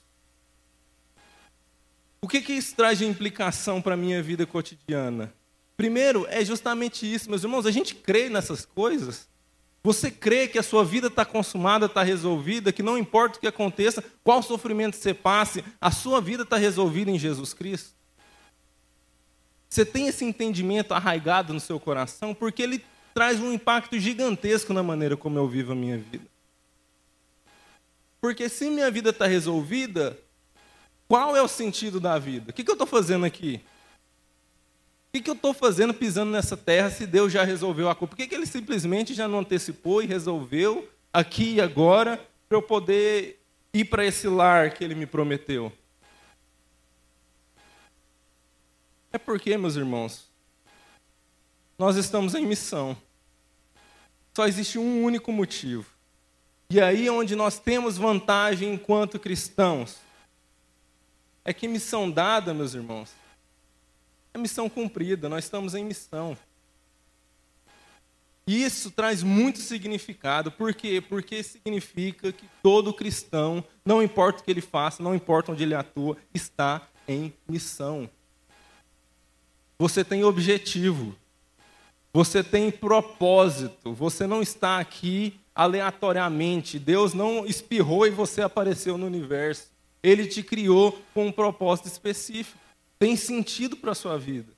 O que isso traz de implicação para a minha vida cotidiana? Primeiro, é justamente isso, meus irmãos, a gente crê nessas coisas. Você crê que a sua vida está consumada, está resolvida, que não importa o que aconteça, qual sofrimento você passe, a sua vida está resolvida em Jesus Cristo? Você tem esse entendimento arraigado no seu coração, porque ele traz um impacto gigantesco na maneira como eu vivo a minha vida. Porque se minha vida está resolvida, qual é o sentido da vida? O que eu estou fazendo aqui? O que eu estou fazendo pisando nessa terra se Deus já resolveu a culpa? Por que Ele simplesmente já não antecipou e resolveu aqui e agora para eu poder ir para esse lar que Ele me prometeu? É porque, meus irmãos, nós estamos em missão. Só existe um único motivo. E aí é onde nós temos vantagem enquanto cristãos. É que missão dada, meus irmãos, é missão cumprida, nós estamos em missão. E isso traz muito significado. Por quê? Porque significa que todo cristão, não importa o que ele faça, não importa onde ele atua, está em missão. Você tem objetivo. Você tem propósito. Você não está aqui aleatoriamente. Deus não espirrou e você apareceu no universo. Ele te criou com um propósito específico. Tem sentido para a sua vida.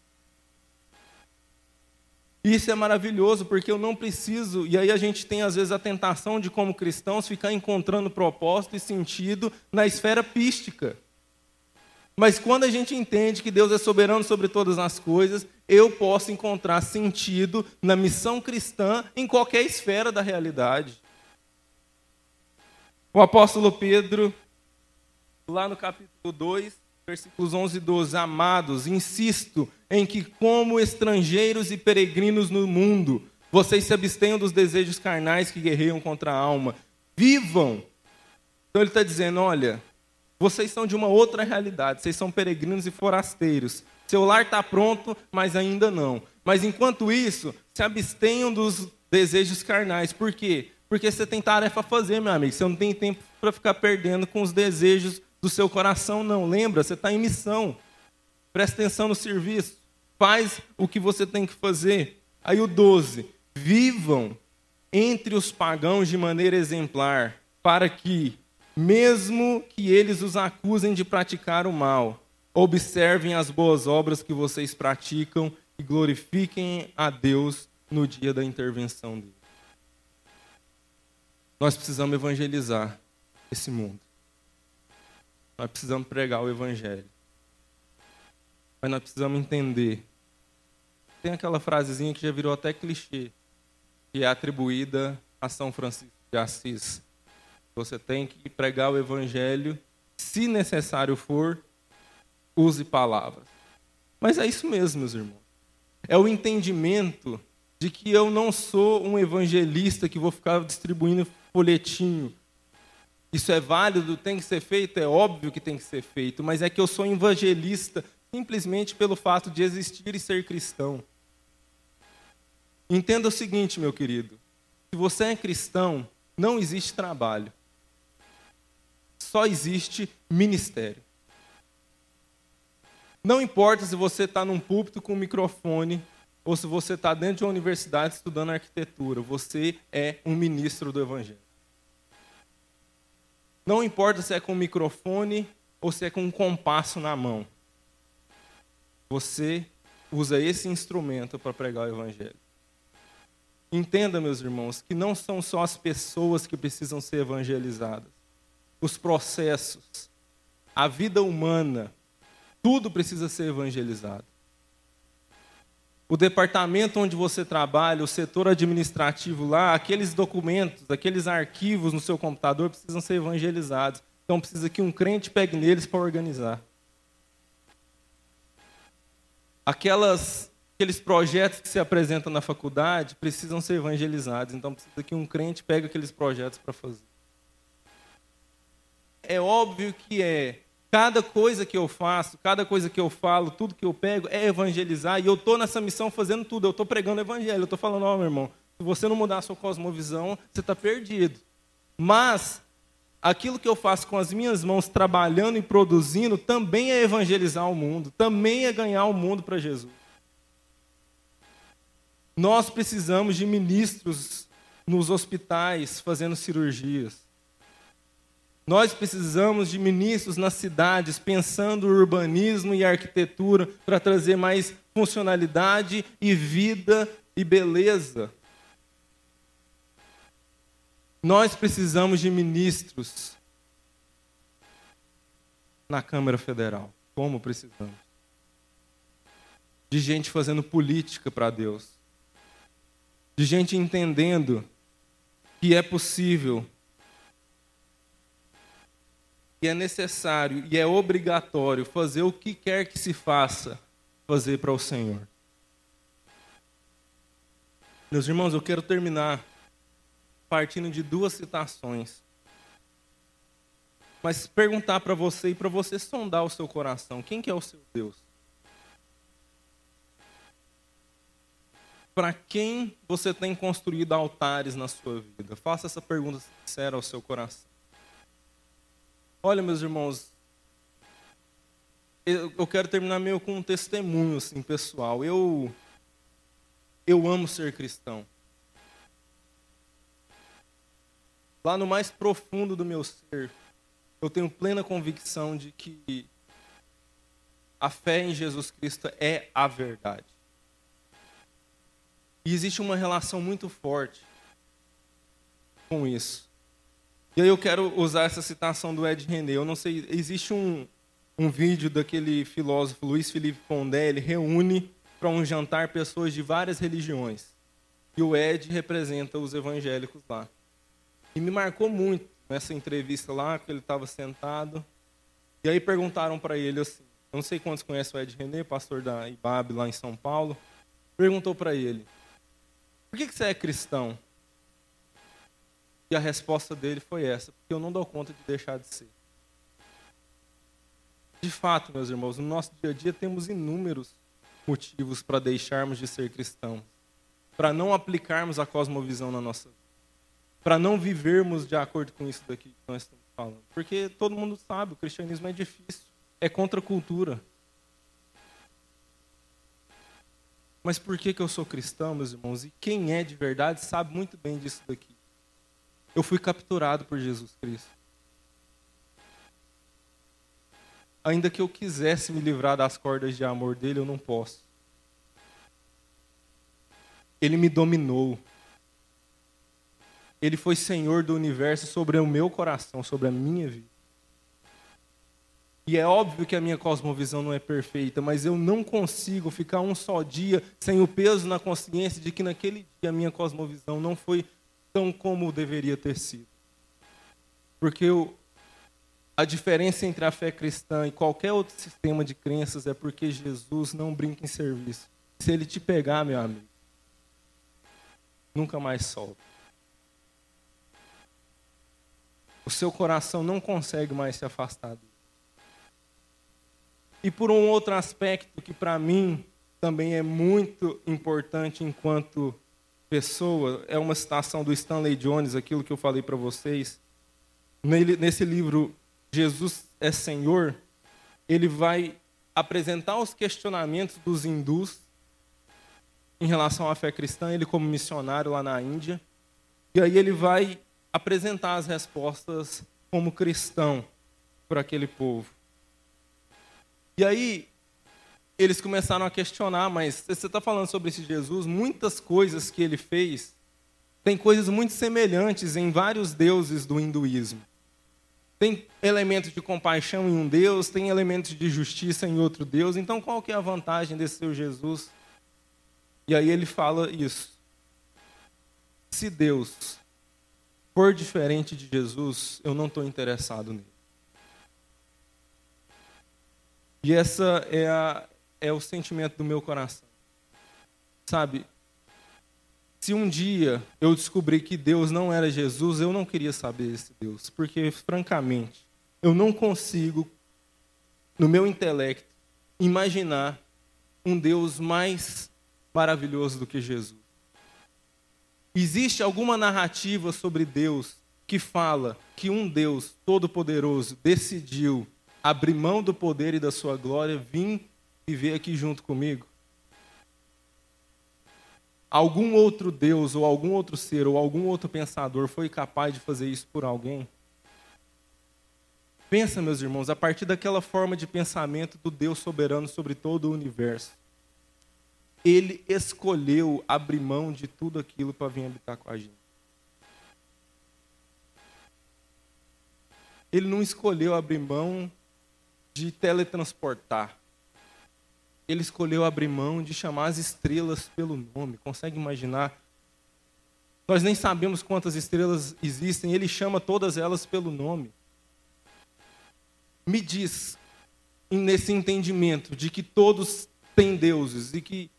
Isso é maravilhoso, porque eu não preciso... E aí a gente tem, às vezes, a tentação de, como cristãos, ficar encontrando propósito e sentido na esfera pística. Mas quando a gente entende que Deus é soberano sobre todas as coisas, eu posso encontrar sentido na missão cristã em qualquer esfera da realidade. O apóstolo Pedro, lá no capítulo 2, versículos 11 e 12, amados, insisto em que, como estrangeiros e peregrinos no mundo, vocês se abstenham dos desejos carnais que guerreiam contra a alma. Vivam! Então ele está dizendo, olha, vocês são de uma outra realidade, vocês são peregrinos e forasteiros. Seu lar está pronto, mas ainda não. Mas enquanto isso, se abstenham dos desejos carnais. Por quê? Porque você tem tarefa a fazer, meu amigo. Você não tem tempo para ficar perdendo com os desejos do seu coração, não. Lembra, você está em missão. Presta atenção no serviço. Faz o que você tem que fazer. Aí o 12. Vivam entre os pagãos de maneira exemplar, para que, mesmo que eles os acusem de praticar o mal, observem as boas obras que vocês praticam e glorifiquem a Deus no dia da intervenção dele. Nós precisamos evangelizar esse mundo. Nós precisamos pregar o evangelho. Mas nós precisamos entender. Tem aquela frasezinha que já virou até clichê, que é atribuída a São Francisco de Assis. Você tem que pregar o evangelho, se necessário for, use palavras. Mas é isso mesmo, meus irmãos. É o entendimento de que eu não sou um evangelista que vou ficar distribuindo folhetinho. Isso é válido, tem que ser feito, é óbvio que tem que ser feito, mas é que eu sou evangelista simplesmente pelo fato de existir e ser cristão. Entenda o seguinte, meu querido. Se você é cristão, não existe trabalho. Só existe ministério. Não importa se você está num púlpito com um microfone ou se você está dentro de uma universidade estudando arquitetura. Você é um ministro do evangelho. Não importa se é com um microfone ou se é com um compasso na mão. Você usa esse instrumento para pregar o evangelho. Entenda, meus irmãos, que não são só as pessoas que precisam ser evangelizadas. Os processos, a vida humana, tudo precisa ser evangelizado. O departamento onde você trabalha, o setor administrativo lá, aqueles documentos, aqueles arquivos no seu computador precisam ser evangelizados. Então precisa que um crente pegue neles para organizar. Aquelas aqueles projetos que se apresentam na faculdade precisam ser evangelizados. Então precisa que um crente pegue aqueles projetos para fazer. É óbvio que cada coisa que eu faço, cada coisa que eu falo, tudo que eu pego é evangelizar. E eu estou nessa missão fazendo tudo. Eu estou pregando o evangelho. Eu estou falando, meu irmão, se você não mudar a sua cosmovisão, você está perdido. Mas aquilo que eu faço com as minhas mãos, trabalhando e produzindo, também é evangelizar o mundo. Também é ganhar o mundo para Jesus. Nós precisamos de ministros nos hospitais fazendo cirurgias. Nós precisamos de ministros nas cidades pensando o urbanismo e a arquitetura para trazer mais funcionalidade e vida e beleza. Nós precisamos de ministros na Câmara Federal. Como precisamos? De gente fazendo política para Deus. De gente entendendo que é possível, que é necessário e é obrigatório fazer o que quer que se faça, fazer para o Senhor. Meus irmãos, eu quero terminar partindo de 2 citações. Mas perguntar para você e para você sondar o seu coração, quem que é o seu Deus? Para quem você tem construído altares na sua vida? Faça essa pergunta sincera ao seu coração. Olha, meus irmãos, eu quero terminar meio com um testemunho assim, pessoal. Eu amo ser cristão. Lá no mais profundo do meu ser, eu tenho plena convicção de que a fé em Jesus Cristo é a verdade. E existe uma relação muito forte com isso. E aí eu quero usar essa citação do Ed René. Eu não sei, existe um vídeo daquele filósofo Luiz Felipe Pondé, ele reúne para um jantar pessoas de várias religiões. E o Ed representa os evangélicos lá. E me marcou muito nessa entrevista lá, que ele estava sentado. E aí perguntaram para ele assim, eu não sei quantos conhecem o Ed René, pastor da IBAB lá em São Paulo, perguntou para ele, por que você é cristão? E a resposta dele foi essa, porque eu não dou conta de deixar de ser. De fato, meus irmãos, no nosso dia a dia temos inúmeros motivos para deixarmos de ser cristãos, para não aplicarmos a cosmovisão na nossa vida, para não vivermos de acordo com isso daqui que nós estamos falando. Porque todo mundo sabe, o cristianismo é difícil, é contra a cultura. Mas por que eu sou cristão, meus irmãos? E quem é de verdade sabe muito bem disso daqui. Eu fui capturado por Jesus Cristo. Ainda que eu quisesse me livrar das cordas de amor dele, eu não posso. Ele me dominou. Ele foi Senhor do universo sobre o meu coração, sobre a minha vida. E é óbvio que a minha cosmovisão não é perfeita, mas eu não consigo ficar um só dia sem o peso na consciência de que naquele dia a minha cosmovisão não foi tão como deveria ter sido. Porque a diferença entre a fé cristã e qualquer outro sistema de crenças é porque Jesus não brinca em serviço. Se ele te pegar, meu amigo, nunca mais solta. O seu coração não consegue mais se afastar dele. E por um outro aspecto que para mim também é muito importante enquanto pessoa, é uma citação do Stanley Jones, aquilo que eu falei para vocês. Nesse livro, Jesus é Senhor, ele vai apresentar os questionamentos dos hindus em relação à fé cristã, ele como missionário lá na Índia. E aí ele vai apresentar as respostas como cristão para aquele povo. E aí, eles começaram a questionar, mas você está falando sobre esse Jesus, muitas coisas que ele fez, tem coisas muito semelhantes em vários deuses do hinduísmo. Tem elementos de compaixão em um Deus, tem elementos de justiça em outro Deus, então qual que é a vantagem desse seu Jesus? E aí ele fala isso. Se Deus for diferente de Jesus, eu não estou interessado nele. E essa é o sentimento do meu coração. Sabe, se um dia eu descobrir que Deus não era Jesus, eu não queria saber esse Deus, porque, francamente, eu não consigo, no meu intelecto, imaginar um Deus mais maravilhoso do que Jesus. Existe alguma narrativa sobre Deus que fala que um Deus todo-poderoso decidiu abrir mão do poder e da sua glória, vir viver aqui junto comigo? Algum outro Deus, ou algum outro ser, ou algum outro pensador foi capaz de fazer isso por alguém? Pensa, meus irmãos, a partir daquela forma de pensamento do Deus soberano sobre todo o universo. Ele escolheu abrir mão de tudo aquilo para vir habitar com a gente. Ele não escolheu abrir mão de teletransportar. Ele escolheu abrir mão de chamar as estrelas pelo nome. Consegue imaginar? Nós nem sabemos quantas estrelas existem. Ele chama todas elas pelo nome. Me diz, nesse entendimento de que todos têm deuses e que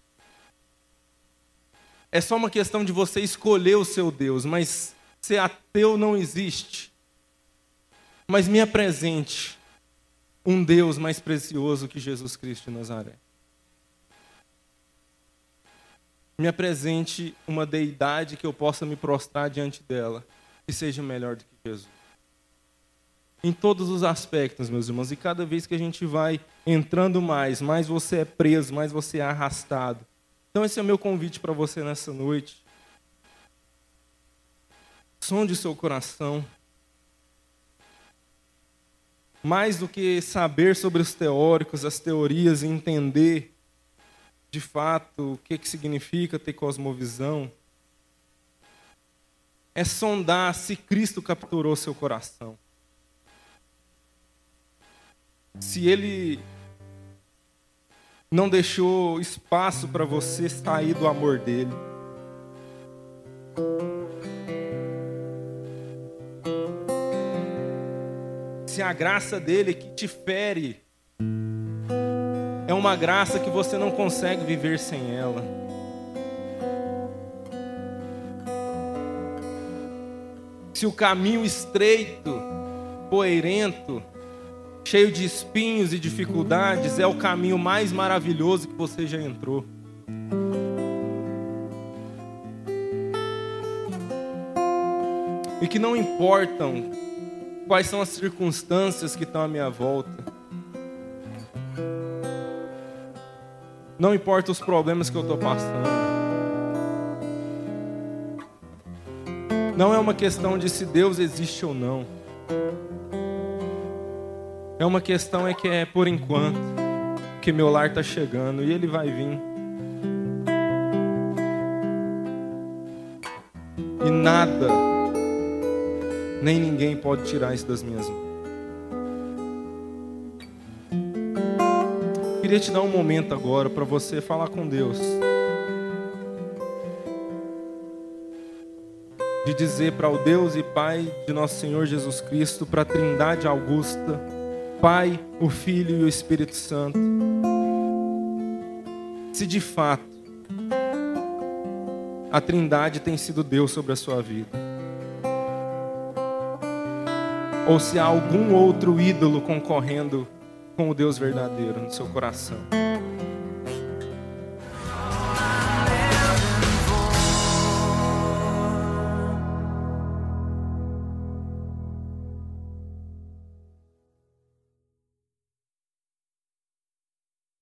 é só uma questão de você escolher o seu Deus, mas ser ateu não existe. Mas me apresente um Deus mais precioso que Jesus Cristo de Nazaré. Me apresente uma deidade que eu possa me prostrar diante dela, que seja melhor do que Jesus. Em todos os aspectos, meus irmãos, e cada vez que a gente vai entrando mais você é preso, mais você é arrastado. Então esse é o meu convite para você nessa noite. Sonde o seu coração. Mais do que saber sobre os teóricos, as teorias e entender de fato o que significa ter cosmovisão, é sondar se Cristo capturou seu coração. Se Ele não deixou espaço para você sair do amor dEle. Se a graça dEle que te fere é uma graça que você não consegue viver sem ela. Se o caminho estreito, poeirento, cheio de espinhos e dificuldades, é o caminho mais maravilhoso que você já entrou. E que não importam quais são as circunstâncias que estão à minha volta. Não importa os problemas que eu estou passando. Não é uma questão de se Deus existe ou não. É uma questão que é por enquanto, que meu lar está chegando e Ele vai vir. E nada, nem ninguém pode tirar isso das minhas mãos. Eu queria te dar um momento agora para você falar com Deus. De dizer para o Deus e Pai de nosso Senhor Jesus Cristo, para a Trindade Augusta, Pai, o Filho e o Espírito Santo, se de fato a Trindade tem sido Deus sobre a sua vida, ou se há algum outro ídolo concorrendo com o Deus verdadeiro no seu coração.